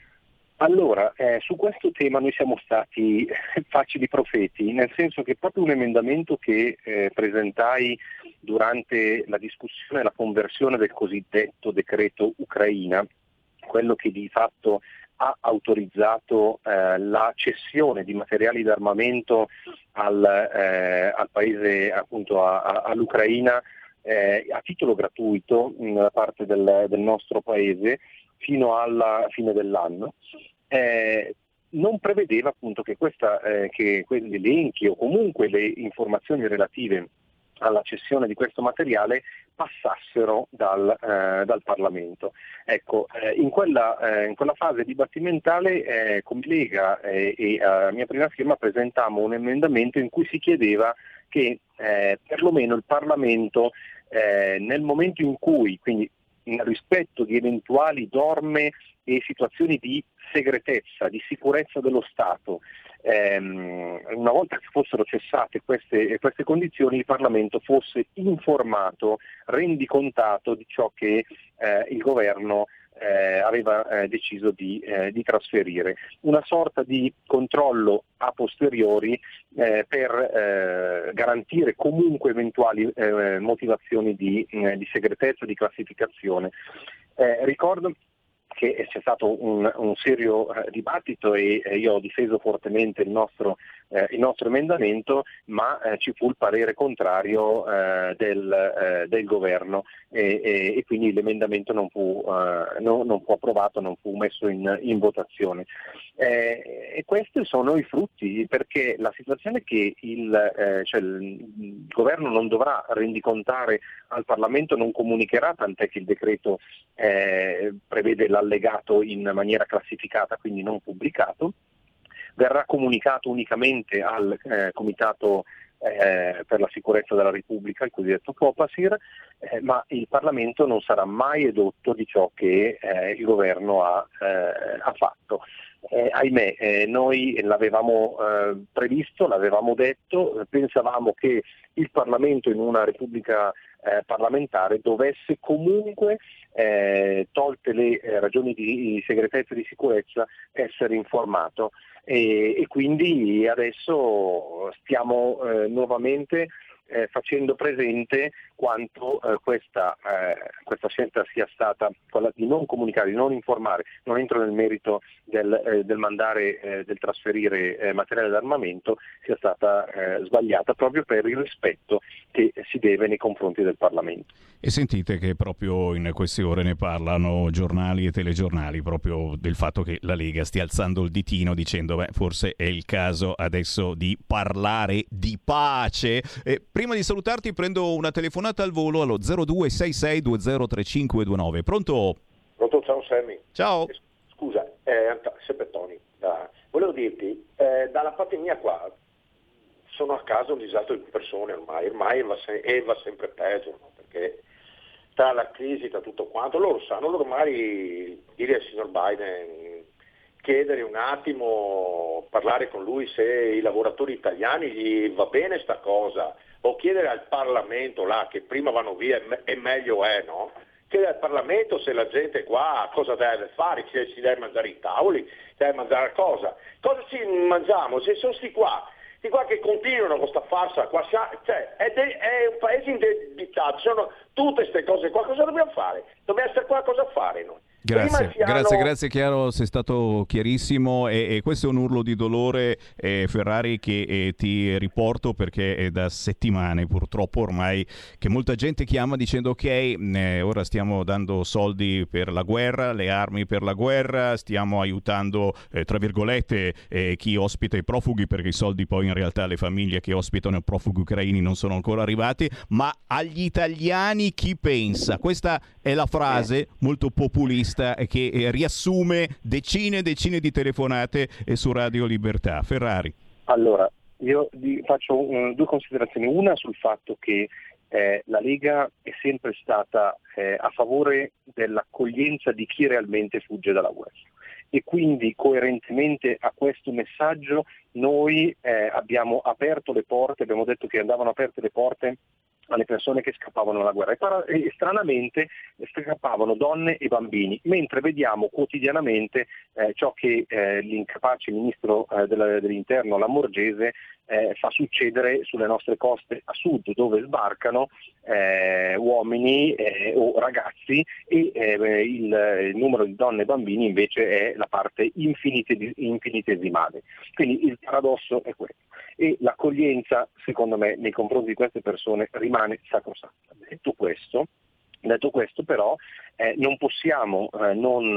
Allora, eh, su questo tema noi siamo stati facili profeti, nel senso che proprio un emendamento che eh, presentai durante la discussione e la conversione del cosiddetto decreto Ucraina, quello che di fatto ha autorizzato eh, la cessione di materiali d'armamento al, eh, al paese, appunto a, a, all'Ucraina, Eh, a titolo gratuito da parte del, del nostro paese fino alla fine dell'anno, eh, non prevedeva appunto che, questa, eh, che quegli elenchi o comunque le informazioni relative alla cessione di questo materiale passassero dal, eh, dal Parlamento. Ecco, eh, in, quella, eh, in quella fase dibattimentale eh, come Lega eh, e a mia prima firma presentammo un emendamento in cui si chiedeva che eh, perlomeno il Parlamento eh, nel momento in cui, quindi nel rispetto di eventuali norme e situazioni di segretezza, di sicurezza dello Stato, ehm, una volta che fossero cessate queste, queste condizioni, il Parlamento fosse informato, rendicontato di ciò che eh, il governo Eh, aveva eh, deciso di, eh, di trasferire, una sorta di controllo a posteriori eh, per eh, garantire comunque eventuali eh, motivazioni di, eh, di segretezza, di classificazione. Eh, ricordo che c'è stato un, un serio eh, dibattito e eh, io ho difeso fortemente il nostro, eh, il nostro emendamento, ma eh, ci fu il parere contrario eh, del, eh, del governo e, e, e quindi l'emendamento non fu, eh, no, non fu approvato, non fu messo in, in votazione. Eh, e questi sono i frutti, perché la situazione è che il, eh, cioè il, il governo non dovrà rendicontare al Parlamento, non comunicherà, tant'è che il decreto eh, prevede l'allegato in maniera classificata, quindi non pubblicato, verrà comunicato unicamente al eh, Comitato eh, per la sicurezza della Repubblica, il cosiddetto Copasir, eh, ma il Parlamento non sarà mai edotto di ciò che eh, il governo ha, eh, ha fatto. Eh, ahimè, eh, noi l'avevamo eh, previsto, l'avevamo detto, pensavamo che il Parlamento in una Repubblica eh, parlamentare dovesse comunque, eh, tolte le eh, ragioni di, di segretezza e di sicurezza, essere informato. E, e quindi adesso stiamo eh, nuovamente eh, facendo presente quanto eh, questa, eh, questa scelta sia stata quella di non comunicare, di non informare. Non entro nel merito del, eh, del mandare, eh, del trasferire eh, materiale d'armamento, sia stata eh, sbagliata proprio per il rispetto che si deve nei confronti del Parlamento. E sentite che proprio in queste ore ne parlano giornali e telegiornali, proprio del fatto che la Lega stia alzando il ditino dicendo beh, forse è il caso adesso di parlare di pace. E prima di salutarti prendo una telefonata al volo allo zero due sei sei due zero tre cinque due nove. Pronto? Pronto, ciao Sammy. Ciao. Scusa, eh, sempre Tony. Da... Volevo dirti, eh, dalla pandemia qua sono a casa un disastro di persone ormai, ormai va, se- e va sempre peggio, no? Perché tra la crisi, tra tutto quanto, loro sanno, loro ormai dire al signor Biden, chiedere un attimo, parlare con lui se i lavoratori italiani gli va bene sta cosa, o chiedere al Parlamento là, che prima vanno via e, me- e meglio è, no? Chiedere al Parlamento se la gente qua cosa deve fare, se si deve mangiare i tavoli, deve mangiare cosa. Cosa ci mangiamo? Se sono sti qua, sti qua che continuano con questa farsa, qua, cioè, è, de- è un paese indebitato, sono tutte queste cose qua, cosa dobbiamo fare? Dobbiamo essere qua, cosa fare noi? Grazie, Prima grazie, hanno... grazie Chiaro, sei stato chiarissimo e, e questo è un urlo di dolore, eh, Ferrari, che eh, ti riporto perché è da settimane purtroppo ormai che molta gente chiama dicendo ok, eh, ora stiamo dando soldi per la guerra, le armi per la guerra, stiamo aiutando eh, tra virgolette eh, chi ospita i profughi, perché i soldi poi in realtà le famiglie che ospitano i profughi ucraini non sono ancora arrivati, ma agli italiani chi pensa? Questa è la frase molto populista che eh, riassume decine e decine di telefonate eh, su Radio Libertà. Ferrari. Allora, io di, faccio um, due considerazioni. Una sul fatto che eh, la Lega è sempre stata eh, a favore dell'accoglienza di chi realmente fugge dalla guerra. E quindi coerentemente a questo messaggio noi eh, abbiamo aperto le porte, abbiamo detto che andavano aperte le porte alle persone che scappavano dalla guerra e, para- e stranamente scappavano donne e bambini, mentre vediamo quotidianamente eh, ciò che eh, l'incapace ministro eh, della, dell'interno Lamorgese eh, fa succedere sulle nostre coste a sud, dove sbarcano eh, uomini eh, o ragazzi e eh, il, il numero di donne e bambini invece è la parte infinite- infinitesimale. Quindi il paradosso è questo. E l'accoglienza, secondo me, nei confronti di queste persone rimane sacrosanta. Detto questo, detto questo però, eh, non possiamo eh, non,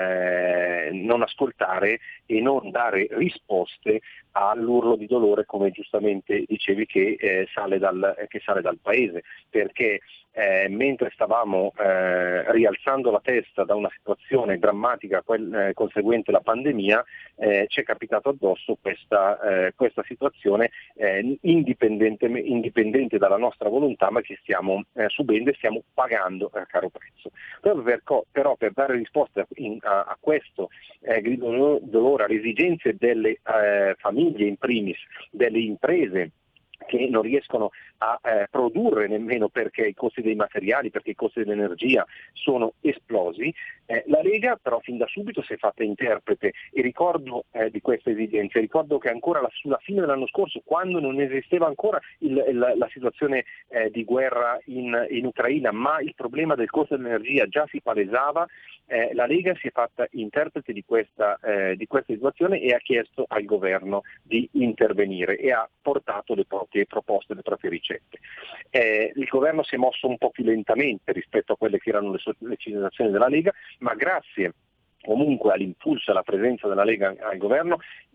eh, non ascoltare e non dare risposte all'urlo di dolore, come giustamente dicevi, che, eh, sale, dal, eh, che sale dal paese, perché eh, mentre stavamo eh, rialzando la testa da una situazione drammatica, quel, eh, conseguente la pandemia, eh, ci è capitato addosso questa, eh, questa situazione eh, indipendente, indipendente dalla nostra volontà, ma che stiamo eh, subendo e stiamo pagando a caro prezzo. Però per, però per dare risposta in, a, a questo eh, grido dolore, alle esigenze delle eh, famiglie in primis, delle imprese che non riescono a eh, produrre nemmeno perché i costi dei materiali, perché i costi dell'energia sono esplosi, eh, la Lega però fin da subito si è fatta interprete e ricordo eh, di queste esigenze, ricordo che ancora la, sulla fine dell'anno scorso, quando non esisteva ancora il, il, la situazione eh, di guerra in, in Ucraina, ma il problema del costo dell'energia già si palesava, eh, la Lega si è fatta interprete di questa, eh, di questa situazione e ha chiesto al governo di intervenire e ha portato le proprie proposte, le proprie ricette. Eh, il governo si è mosso un po' più lentamente rispetto a quelle che erano le sollecitazioni della Lega, ma grazie comunque all'impulso e alla presenza della Lega al governo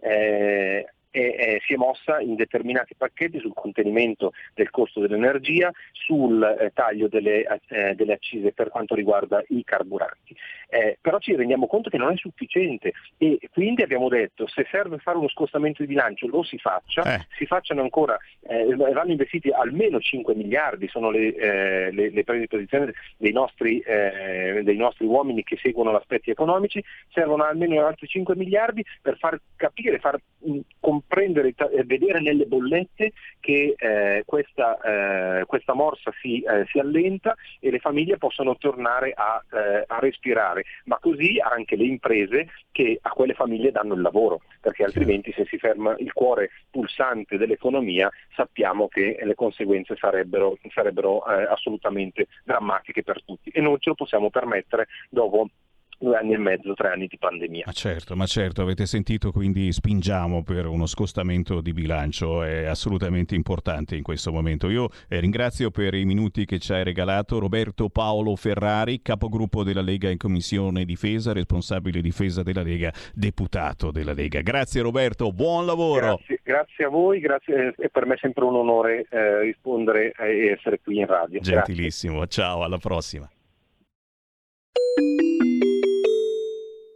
eh, E, e si è mossa in determinati pacchetti sul contenimento del costo dell'energia, sul eh, taglio delle, eh, delle accise per quanto riguarda i carburanti. Eh, però ci rendiamo conto che non è sufficiente e quindi abbiamo detto se serve fare uno scostamento di bilancio lo si faccia, eh. si facciano ancora, eh, vanno investiti almeno cinque miliardi, sono le, eh, le, le prese di posizione dei nostri, eh, dei nostri uomini che seguono gli aspetti economici, servono almeno altri cinque miliardi per far capire, far mh, comprendere e vedere nelle bollette che eh, questa, eh, questa morsa si, eh, si allenta e le famiglie possono tornare a, eh, a respirare, ma così anche le imprese che a quelle famiglie danno il lavoro, perché altrimenti se si ferma il cuore pulsante dell'economia sappiamo che le conseguenze sarebbero, sarebbero eh, assolutamente drammatiche per tutti e non ce lo possiamo permettere dopo due anni e mezzo, tre anni di pandemia. Ma certo, ma certo, avete sentito, quindi spingiamo per uno scostamento di bilancio, è assolutamente importante in questo momento. Io eh, ringrazio per i minuti che ci hai regalato Roberto Paolo Ferrari, capogruppo della Lega in Commissione Difesa, responsabile difesa della Lega, deputato della Lega. Grazie Roberto, buon lavoro. Grazie, grazie a voi, grazie, è per me sempre un onore eh, rispondere e essere qui in radio. Gentilissimo, Grazie. Ciao, alla prossima.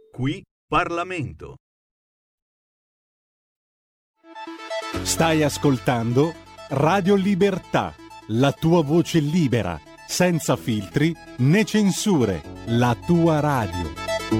Qui Parlamento. Stai ascoltando Radio Libertà, la tua voce libera, senza filtri né censure, la tua radio.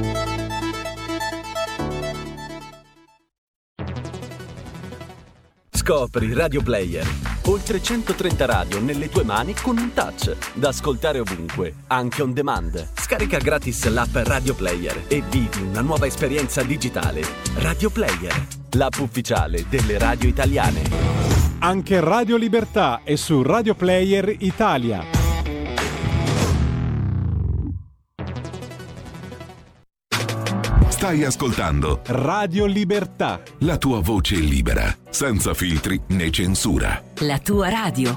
Scopri Radio Player. Oltre centotrenta radio nelle tue mani con un touch, da ascoltare ovunque, anche on demand. Scarica gratis l'app Radio Player e vivi una nuova esperienza digitale. Radio Player, l'app ufficiale delle radio italiane. Anche Radio Libertà è su Radio Player Italia. Stai ascoltando Radio Libertà, la tua voce libera, senza filtri né censura. La tua radio.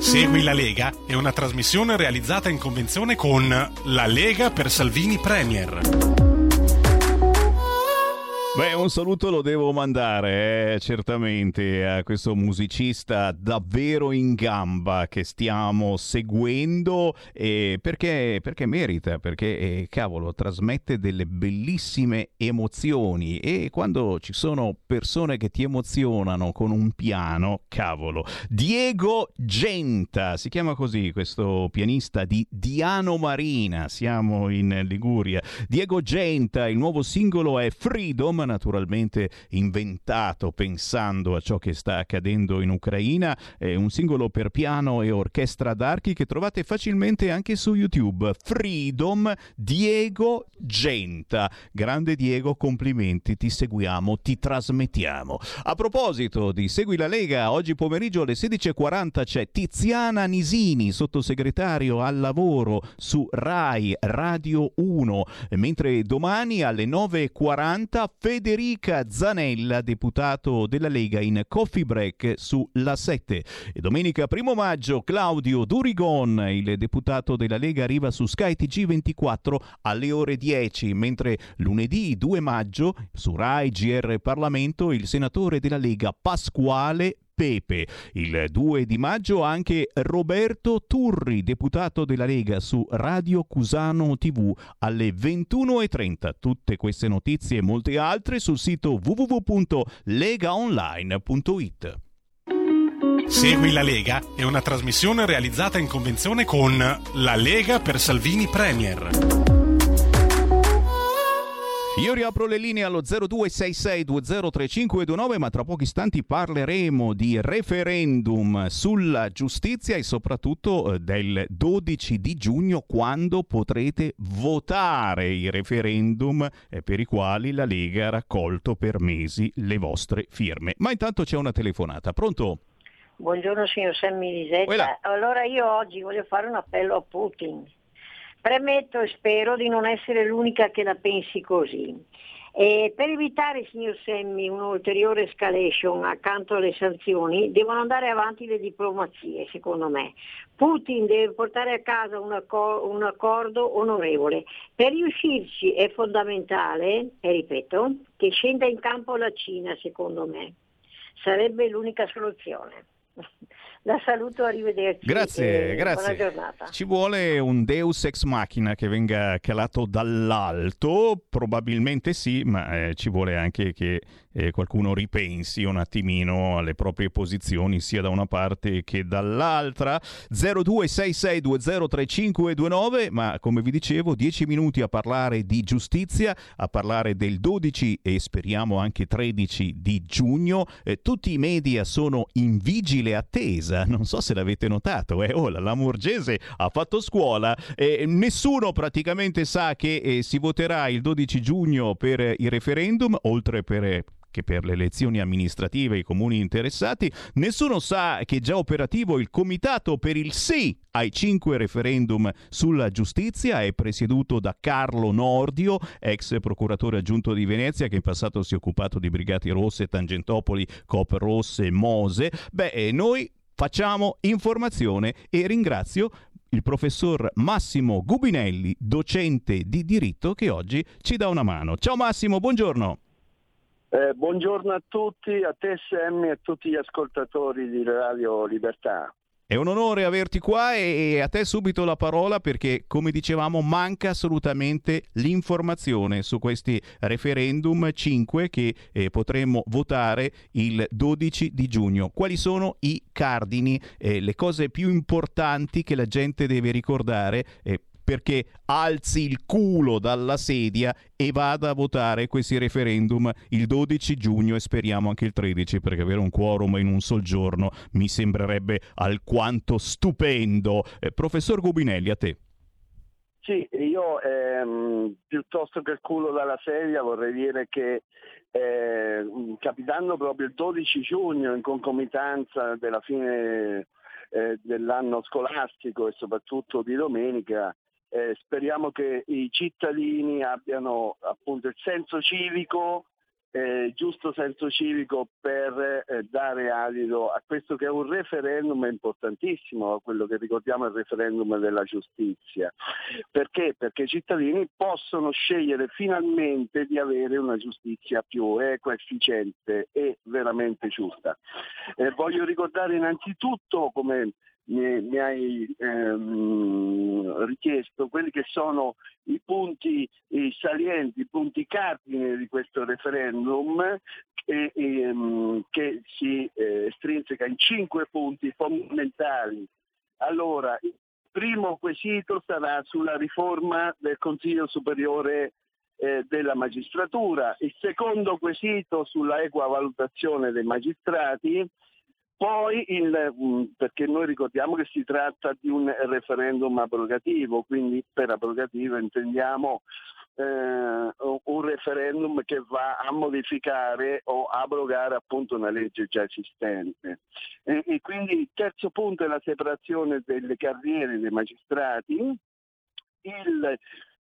Segui la Lega è una trasmissione realizzata in convenzione con La Lega per Salvini Premier. Beh, un saluto lo devo mandare, eh, certamente, a questo musicista davvero in gamba che stiamo seguendo, eh, perché, perché merita, perché, eh, cavolo, trasmette delle bellissime emozioni, e quando ci sono persone che ti emozionano con un piano, cavolo. Diego Genta, si chiama così questo pianista di Diano Marina, siamo in Liguria. Diego Genta, il nuovo singolo è Freedom, naturalmente inventato pensando a ciò che sta accadendo in Ucraina. È un singolo per piano e orchestra d'archi che trovate facilmente anche su YouTube. Freedom, Diego Genta. Grande Diego, complimenti, ti seguiamo, ti trasmettiamo. A proposito di Segui la Lega, oggi pomeriggio alle sedici e quaranta c'è Tiziana Nisini, sottosegretario al lavoro su Rai Radio uno, mentre domani alle nove e quaranta Federica Zanella, deputato della Lega, in Coffee Break su La sette. E domenica primo maggio Claudio Durigon, il deputato della Lega, arriva su Sky T G ventiquattro alle ore dieci, mentre lunedì due maggio su Rai G R Parlamento il senatore della Lega Pasquale Pepe. Il due di maggio anche Roberto Turri, deputato della Lega, su Radio Cusano tivù alle ventuno e trenta. Tutte queste notizie e molte altre sul sito w w w punto legaonline punto it. Segui la Lega è una trasmissione realizzata in convenzione con La Lega per Salvini Premier. Io riapro le linee allo zero due sei sei due zero tre cinque due nove, ma tra pochi istanti parleremo di referendum sulla giustizia e soprattutto del dodici di giugno, quando potrete votare i referendum per i quali la Lega ha raccolto per mesi le vostre firme. Ma intanto c'è una telefonata. Pronto? Buongiorno signor Sammy Lisetta. Quella. Allora io oggi voglio fare un appello a Putin. Premetto e spero di non essere l'unica che la pensi così. E per evitare, signor Semmi, un'ulteriore escalation accanto alle sanzioni, devono andare avanti le diplomazie, secondo me. Putin deve portare a casa un, accor- un accordo onorevole. Per riuscirci è fondamentale, e ripeto, che scenda in campo la Cina, secondo me. Sarebbe l'unica soluzione. La saluto, arrivederci. Grazie, e grazie. Buona giornata. Ci vuole un Deus ex machina che venga calato dall'alto? Probabilmente sì, ma eh, ci vuole anche che eh, qualcuno ripensi un attimino alle proprie posizioni, sia da una parte che dall'altra. zero due sei sei due zero tre cinque due nove, ma come vi dicevo, dieci minuti a parlare di giustizia, a parlare del dodici e speriamo anche tredici di giugno. Eh, tutti i media sono in vigile attesa. Non so se l'avete notato, eh? oh, la Lamorgese ha fatto scuola, eh, nessuno praticamente sa che eh, si voterà il dodici giugno per eh, il referendum, oltre per... Eh, che per le elezioni amministrative i comuni interessati. Nessuno sa che è già operativo il comitato per il sì ai cinque referendum sulla giustizia, è presieduto da Carlo Nordio, ex procuratore aggiunto di Venezia, che in passato si è occupato di Brigate Rosse, Tangentopoli, Coop Rosse, Mose. Beh, noi facciamo informazione e ringrazio il professor Massimo Gubinelli, docente di diritto, che oggi ci dà una mano. Ciao Massimo, buongiorno. Eh, buongiorno a tutti, a te Sammy e a tutti gli ascoltatori di Radio Libertà. È un onore averti qua e a te subito la parola, perché come dicevamo manca assolutamente l'informazione su questi referendum cinque che eh, potremmo votare il dodici di giugno. Quali sono i cardini, eh, le cose più importanti che la gente deve ricordare eh, perché alzi il culo dalla sedia e vada a votare questi referendum il dodici giugno e speriamo anche il tredici, perché avere un quorum in un sol giorno mi sembrerebbe alquanto stupendo. Eh, professor Gubinelli, a te. Sì, io ehm, piuttosto che il culo dalla sedia vorrei dire che eh, capitando proprio il dodici giugno in concomitanza della fine eh, dell'anno scolastico e soprattutto di domenica, Eh, speriamo che i cittadini abbiano appunto il senso civico eh, giusto senso civico per eh, dare adito a questo che è un referendum importantissimo, quello che ricordiamo è il referendum della giustizia. Perché? Perché i cittadini possono scegliere finalmente di avere una giustizia più equa, efficiente e veramente giusta. Eh, voglio ricordare innanzitutto, come mi, mi hai ehm, richiesto, quelli che sono i punti i salienti, i punti cardine di questo referendum che, ehm, che si eh, estrinseca in cinque punti fondamentali. Allora, il primo quesito sarà sulla riforma del Consiglio Superiore eh, della Magistratura, il secondo quesito sulla equa valutazione dei magistrati. Poi, il, perché noi ricordiamo che si tratta di un referendum abrogativo, quindi per abrogativo intendiamo eh, un referendum che va a modificare o abrogare appunto una legge già esistente. E, e quindi il terzo punto è la separazione delle carriere dei magistrati. Il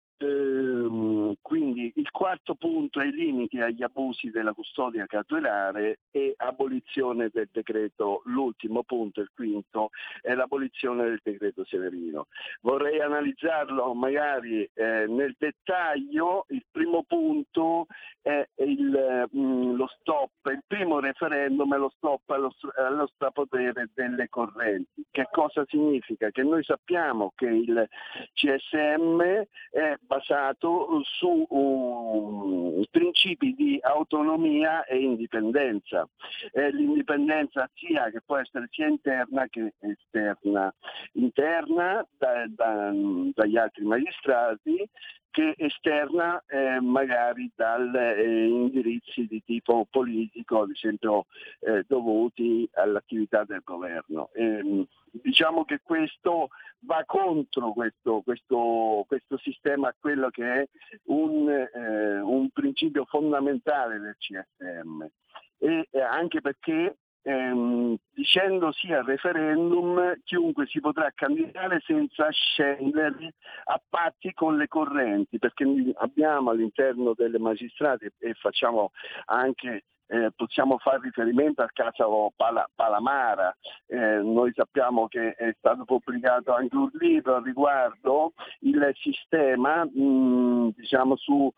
Ehm, quindi il quarto punto è i limiti agli abusi della custodia cautelare e abolizione del decreto. L'ultimo punto, il quinto, è l'abolizione del decreto Severino. Vorrei analizzarlo magari eh, nel dettaglio. Il primo punto è il, mh, lo stop, il primo referendum è lo stop allo, allo strapotere delle correnti. Che cosa significa? Che noi sappiamo che il C S M è basato su um, principi di autonomia e indipendenza. Eh, l'indipendenza sia che può essere sia interna che esterna. Interna da, da, dagli altri magistrati, che esterna eh, magari dagli eh, indirizzi di tipo politico, ad esempio eh, dovuti all'attività del governo. E, diciamo che questo va contro questo, questo, questo sistema, quello che è un, eh, un principio fondamentale del C S M, e eh, anche perché Ehm, dicendo sì al referendum chiunque si potrà candidare senza scendere a patti con le correnti, perché abbiamo all'interno delle magistrati e facciamo anche Eh, possiamo fare riferimento al caso Pala, Palamara. Eh, noi sappiamo che è stato pubblicato anche un libro al riguardo, il sistema mh, diciamo su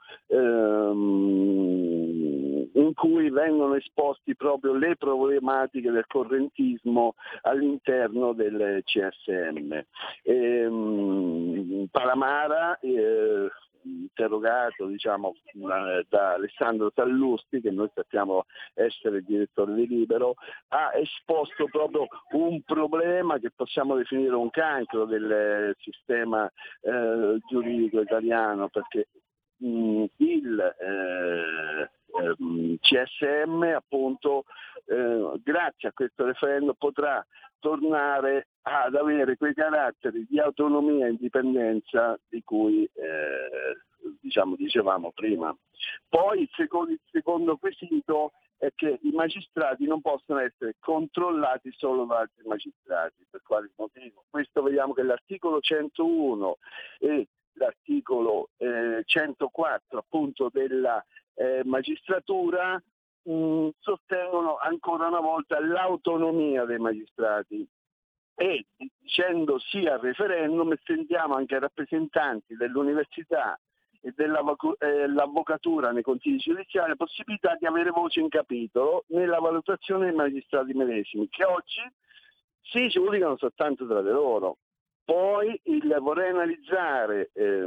ehm, in cui vengono esposti proprio le problematiche del correntismo all'interno del C S M. E, mh, Palamara eh, interrogato diciamo da Alessandro Sallusti, che noi sappiamo essere il direttore di Libero, ha esposto proprio un problema che possiamo definire un cancro del sistema eh, giuridico italiano, perché mh, il eh, ehm, C S M appunto eh, grazie a questo referendum potrà tornare ad avere quei caratteri di autonomia e indipendenza di cui eh, diciamo dicevamo prima. Poi il secondo, il secondo quesito è che i magistrati non possono essere controllati solo da altri magistrati. Per quale motivo? Questo vediamo che l'articolo centouno e l'articolo eh, centoquattro appunto della eh, magistratura mh, sostengono ancora una volta l'autonomia dei magistrati. E dicendo sì al referendum sentiamo anche rappresentanti dell'università e dell'avvocatura nei consigli giudiziari la possibilità di avere voce in capitolo nella valutazione dei magistrati medesimi, che oggi si giudicano soltanto tra di loro. Poi il, vorrei analizzare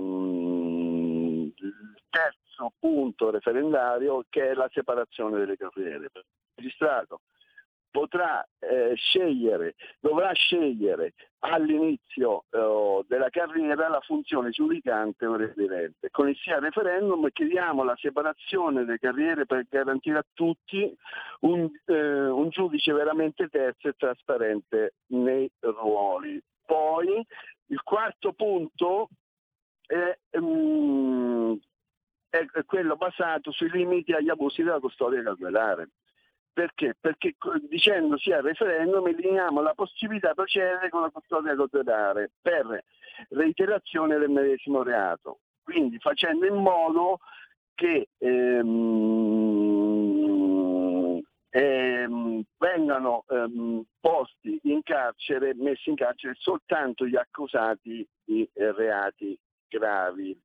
ehm, il terzo punto referendario, che è la separazione delle carriere. Il magistrato potrà eh, scegliere, dovrà scegliere all'inizio eh, della carriera la funzione giudicante o requirente. Con il sì al referendum chiediamo la separazione delle carriere per garantire a tutti un, eh, un giudice veramente terzo e trasparente nei ruoli. Poi il quarto punto è, um, è quello basato sui limiti agli abusi della custodia cautelare. Perché? Perché dicendo sì al referendum eliminiamo la possibilità di procedere con la custodia cautelare per reiterazione del medesimo reato, quindi facendo in modo che ehm, ehm, vengano ehm, posti in carcere, messi in carcere soltanto gli accusati di eh, reati gravi.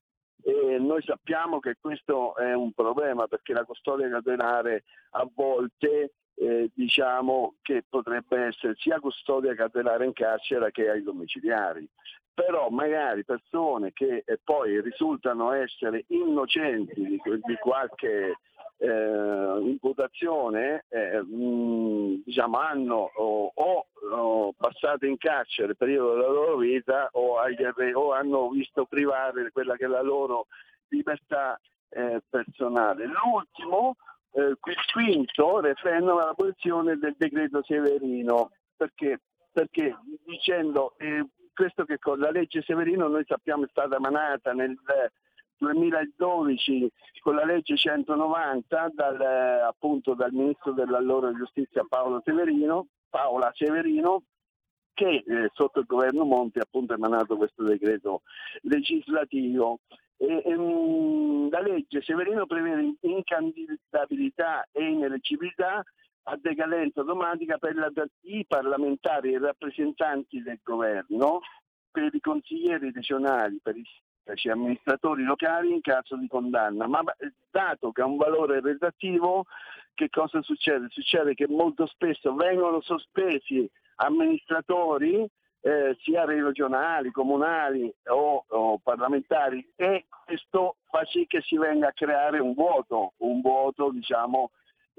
E noi sappiamo che questo è un problema, perché la custodia cautelare a volte eh, diciamo che potrebbe essere sia custodia cautelare in carcere che ai domiciliari. Però magari persone che eh, poi risultano essere innocenti di, di qualche eh, imputazione, eh, mh, diciamo hanno o, o, o passato in carcere il periodo della loro vita o, o hanno visto privare quella che è la loro libertà eh, personale. L'ultimo, eh, il quinto referendum all'abolizione del decreto Severino, perché, perché dicendo eh, questo che con la legge Severino noi sappiamo è stata emanata nel duemiladodici con la legge centonovanta dal, appunto dal ministro dell'allora giustizia Paolo Severino, Paola Severino, che eh, sotto il governo Monti appunto ha emanato questo decreto legislativo. E, ehm, la legge Severino prevede incandidabilità e ineleggibilità a decadenza automatica per la, i parlamentari e i rappresentanti del governo, per i consiglieri regionali, per i sindaci e amministratori locali in caso di condanna. Ma dato che ha un valore relativo, che cosa succede? Succede che molto spesso vengono sospesi amministratori eh, sia regionali, comunali o, o parlamentari, e questo fa sì che si venga a creare un vuoto, un vuoto diciamo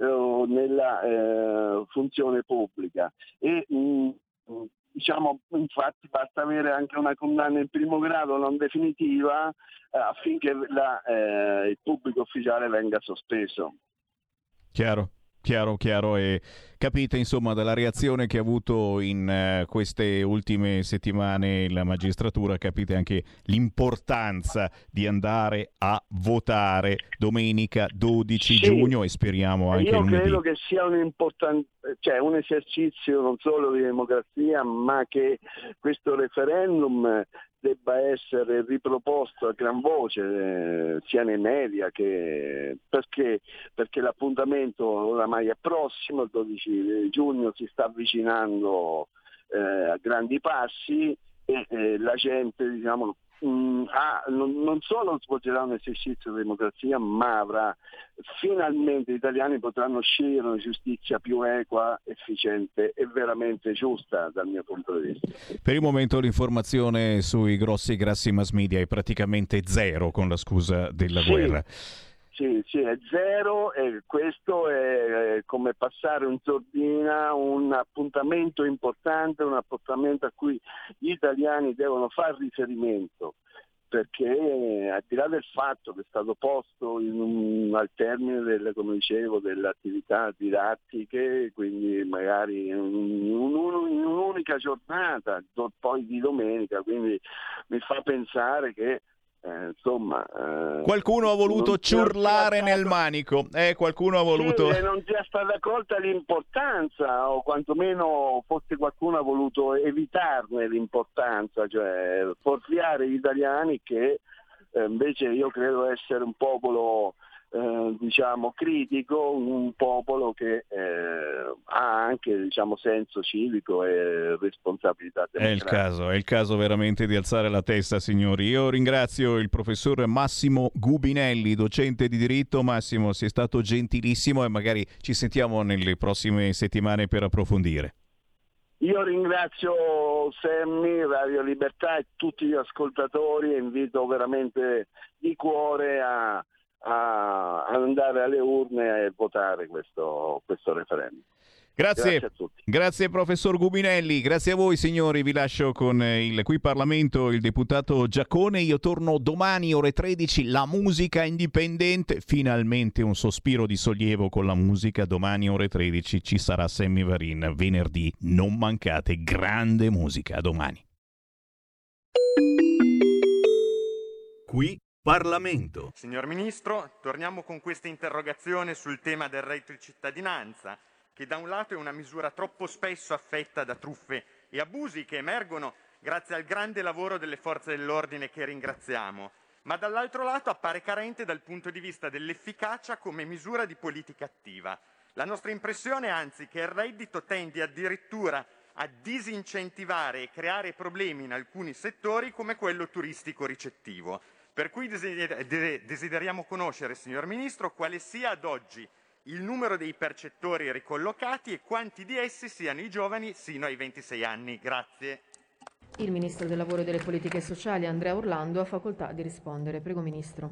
nella eh, funzione pubblica e mh, diciamo infatti basta avere anche una condanna in primo grado non definitiva eh, affinché la, eh, il pubblico ufficiale venga sospeso. Chiaro. Chiaro, chiaro, e capite insomma dalla reazione che ha avuto in uh, queste ultime settimane la magistratura, capite anche l'importanza di andare a votare domenica dodici sì, giugno e speriamo anche io lunedì. Credo che sia un importante, cioè un esercizio non solo di democrazia, ma che questo referendum debba essere riproposto a gran voce eh, sia nei media che perché, perché l'appuntamento oramai è prossimo, il dodici giugno si sta avvicinando eh, a grandi passi e eh, la gente diciamo mh, ha, non, non solo svolgerà un esercizio di democrazia, ma avrà finalmente gli italiani potranno scegliere una giustizia più equa, efficiente e veramente giusta dal mio punto di vista. Per il momento l'informazione sui grossi e grassi mass media è praticamente zero, con la scusa della sì, guerra. Sì, sì, è zero e questo è come passare in sordina un appuntamento importante, un appuntamento a cui gli italiani devono fare riferimento, perché al di là del fatto che è stato posto in un, al termine delle, come dicevo, delle attività didattiche, quindi magari in, un, in un'unica giornata, poi di domenica, quindi mi fa pensare che eh, insomma eh, qualcuno ha voluto ciurlare nel manico, eh, qualcuno ha voluto sì, non sia stata colta l'importanza, o quantomeno forse qualcuno ha voluto evitarne l'importanza, cioè forziare gli italiani che eh, invece io credo essere un popolo eh, diciamo critico, un popolo che eh, ha anche diciamo senso civico e responsabilità democratica. È il caso, è il caso veramente di alzare la testa, signori. Io ringrazio il professor Massimo Gubinelli, docente di diritto. Massimo, sei stato gentilissimo e magari ci sentiamo nelle prossime settimane per approfondire. Io ringrazio Sammy, Radio Libertà e tutti gli ascoltatori e invito veramente di cuore a a andare alle urne e votare questo, questo referendum. Grazie. Grazie a tutti. Grazie professor Gubinelli, grazie a voi signori, vi lascio con il Qui Parlamento, il deputato Giacone. Io torno domani ore tredici, la musica indipendente, finalmente un sospiro di sollievo con la musica. Domani ore tredici ci sarà Sammy Varin, venerdì non mancate, grande musica, a domani. Qui Parlamento. Signor Ministro, torniamo con questa interrogazione sul tema del reddito di cittadinanza, che da un lato è una misura troppo spesso affetta da truffe e abusi che emergono grazie al grande lavoro delle forze dell'ordine che ringraziamo, ma dall'altro lato appare carente dal punto di vista dell'efficacia come misura di politica attiva. La nostra impressione, anzi, è che il reddito tende addirittura a disincentivare e creare problemi in alcuni settori come quello turistico-ricettivo. Per cui desider- desideriamo conoscere, signor Ministro, quale sia ad oggi il numero dei percettori ricollocati e quanti di essi siano i giovani sino ai ventisei anni. Grazie. Il Ministro del Lavoro e delle Politiche Sociali, Andrea Orlando, ha facoltà di rispondere. Prego, Ministro.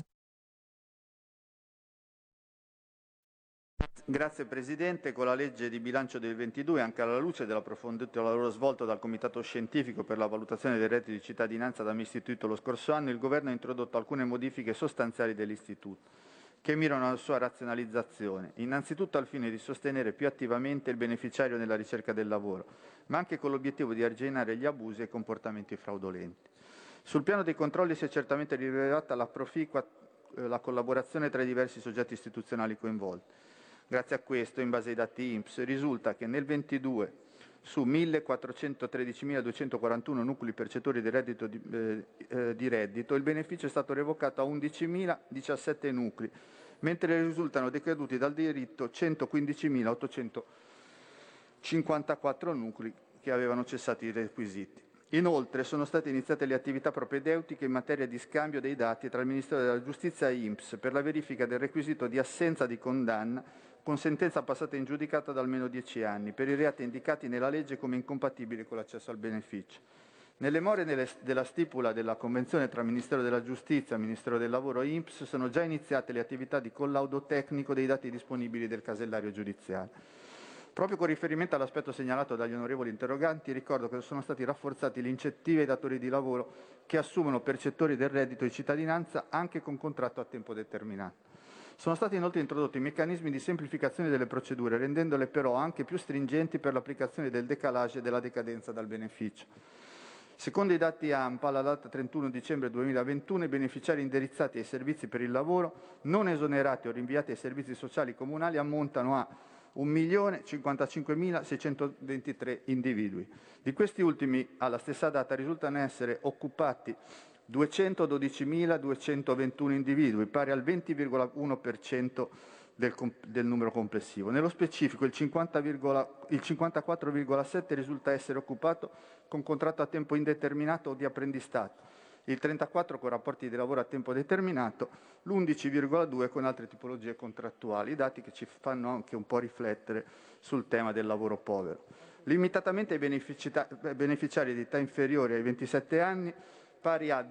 Grazie Presidente. Con la legge di bilancio del ventidue, anche alla luce dell'approfondito lavoro svolto dal Comitato Scientifico per la valutazione del reddito di cittadinanza da me istituito lo scorso anno, il Governo ha introdotto alcune modifiche sostanziali dell'Istituto, che mirano alla sua razionalizzazione, innanzitutto al fine di sostenere più attivamente il beneficiario nella ricerca del lavoro, ma anche con l'obiettivo di arginare gli abusi e i comportamenti fraudolenti. Sul piano dei controlli si è certamente rilevata la proficua eh, la collaborazione tra i diversi soggetti istituzionali coinvolti. Grazie a questo, in base ai dati I N P S, risulta che nel ventidue su millequattrocentotredicimiladuecentoquarantuno nuclei percettori di reddito, di, eh, eh, di reddito, il beneficio è stato revocato a undicimiladiciassette nuclei, mentre risultano decaduti dal diritto centoquindicimilaottocentocinquantaquattro nuclei che avevano cessato i requisiti. Inoltre sono state iniziate le attività propedeutiche in materia di scambio dei dati tra il Ministero della Giustizia e I N P S per la verifica del requisito di assenza di condanna con sentenza passata in giudicato da almeno dieci anni per i reati indicati nella legge come incompatibili con l'accesso al beneficio. Nelle more nelle, della stipula della Convenzione tra Ministero della Giustizia, Ministero del Lavoro e I N P S sono già iniziate le attività di collaudo tecnico dei dati disponibili del casellario giudiziario. Proprio con riferimento all'aspetto segnalato dagli onorevoli interroganti, ricordo che sono stati rafforzati gli incentivi ai datori di lavoro che assumono percettori del reddito di cittadinanza anche con contratto a tempo determinato. Sono stati inoltre introdotti meccanismi di semplificazione delle procedure, rendendole però anche più stringenti per l'applicazione del decalage e della decadenza dal beneficio. Secondo i dati A N P A, alla data trentuno dicembre duemilaventuno, i beneficiari indirizzati ai servizi per il lavoro, non esonerati o rinviati ai servizi sociali comunali, ammontano a un milione cinquantacinquemilaseicentoventitré individui. Di questi ultimi, alla stessa data, risultano essere occupati duecentododicimiladuecentoventuno individui, pari al venti virgola uno per cento del, del numero complessivo. Nello specifico, il, cinquanta, il cinquantaquattro virgola sette per cento risulta essere occupato con contratto a tempo indeterminato o di apprendistato, il trentaquattro per cento con rapporti di lavoro a tempo determinato, l'undici virgola due per cento con altre tipologie contrattuali, i dati che ci fanno anche un po' riflettere sul tema del lavoro povero. Limitatamente ai beneficiari di età inferiore ai ventisette anni, pari a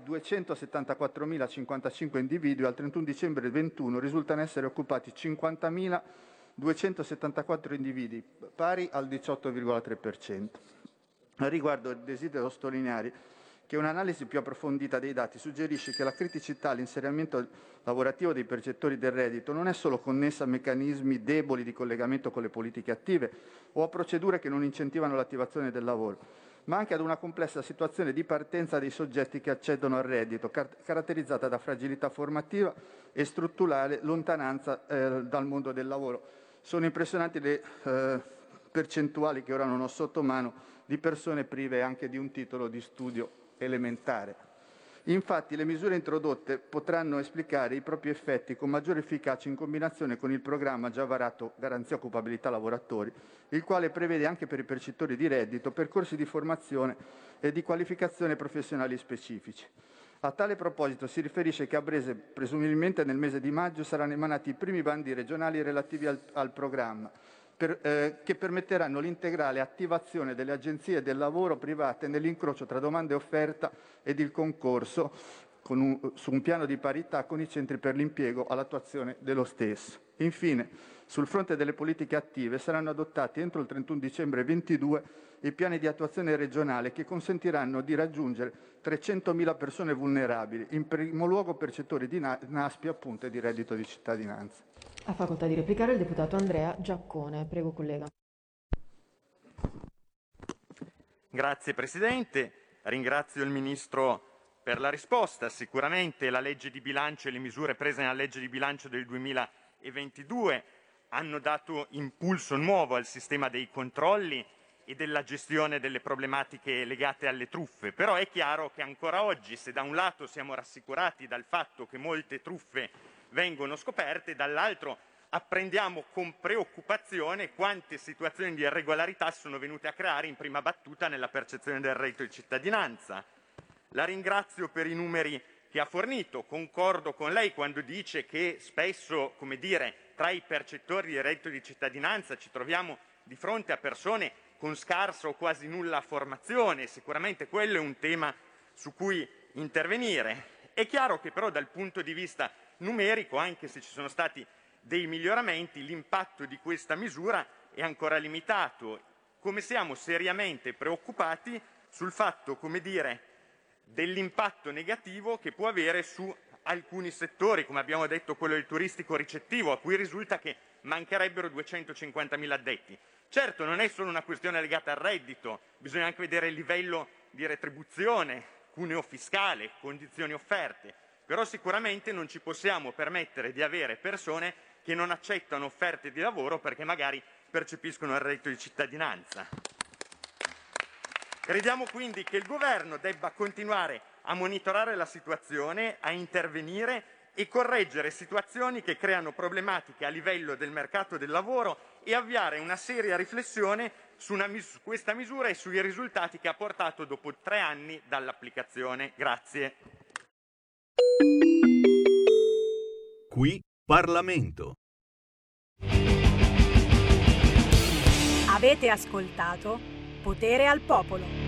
duecentosettantaquattromilacinquantacinque individui, al trentuno dicembre ventuno risultano essere occupati cinquantamila duecentosettantaquattro individui, pari al diciotto virgola tre per cento. A riguardo desidero sottolineare che un'analisi più approfondita dei dati suggerisce che la criticità all'inserimento lavorativo dei percettori del reddito non è solo connessa a meccanismi deboli di collegamento con le politiche attive o a procedure che non incentivano l'attivazione del lavoro, ma anche ad una complessa situazione di partenza dei soggetti che accedono al reddito, car- caratterizzata da fragilità formativa e strutturale, lontananza eh, dal mondo del lavoro. Sono impressionanti le eh, percentuali che ora non ho sotto mano di persone prive anche di un titolo di studio elementare. Infatti le misure introdotte potranno esplicare i propri effetti con maggiore efficacia in combinazione con il programma già varato Garanzia Occupabilità Lavoratori, il quale prevede anche per i percettori di reddito percorsi di formazione e di qualificazione professionali specifici. A tale proposito si riferisce che a breve, presumibilmente nel mese di maggio, saranno emanati i primi bandi regionali relativi al, al programma, Per, eh, che permetteranno l'integrale attivazione delle agenzie del lavoro private nell'incrocio tra domanda e offerta ed il concorso con un, su un piano di parità con i centri per l'impiego all'attuazione dello stesso. Infine, sul fronte delle politiche attive saranno adottati entro il trentuno dicembre ventidue i piani di attuazione regionale che consentiranno di raggiungere trecentomila persone vulnerabili, in primo luogo percettori di NASPI appunto e di reddito di cittadinanza. Ha facoltà di replicare il deputato Andrea Giaccone. Prego, collega. Grazie Presidente, ringrazio il Ministro per la risposta. Sicuramente la legge di bilancio e le misure prese nella legge di bilancio del duemilaventidue hanno dato impulso nuovo al sistema dei controlli e della gestione delle problematiche legate alle truffe, però è chiaro che ancora oggi, se da un lato siamo rassicurati dal fatto che molte truffe vengono scoperte, dall'altro apprendiamo con preoccupazione quante situazioni di irregolarità sono venute a creare in prima battuta nella percezione del reddito di cittadinanza. La ringrazio per i numeri che ha fornito, concordo con lei quando dice che spesso, come dire, tra i percettori di reddito di cittadinanza ci troviamo di fronte a persone con scarsa o quasi nulla formazione, sicuramente quello è un tema su cui intervenire. È chiaro che però dal punto di vista numerico, anche se ci sono stati dei miglioramenti, l'impatto di questa misura è ancora limitato. Come siamo seriamente preoccupati sul fatto, come dire, dell'impatto negativo che può avere su alcuni settori, come abbiamo detto quello del turistico ricettivo, a cui risulta che mancherebbero duecentocinquantamila addetti. Certo, non è solo una questione legata al reddito, bisogna anche vedere il livello di retribuzione, cuneo fiscale, condizioni offerte, però sicuramente non ci possiamo permettere di avere persone che non accettano offerte di lavoro perché magari percepiscono il reddito di cittadinanza. Crediamo quindi che il Governo debba continuare a monitorare la situazione, a intervenire e correggere situazioni che creano problematiche a livello del mercato del lavoro e avviare una seria riflessione su, una mis- su questa misura e sui risultati che ha portato dopo tre anni dall'applicazione. Grazie. Qui Parlamento. Avete ascoltato Potere al Popolo.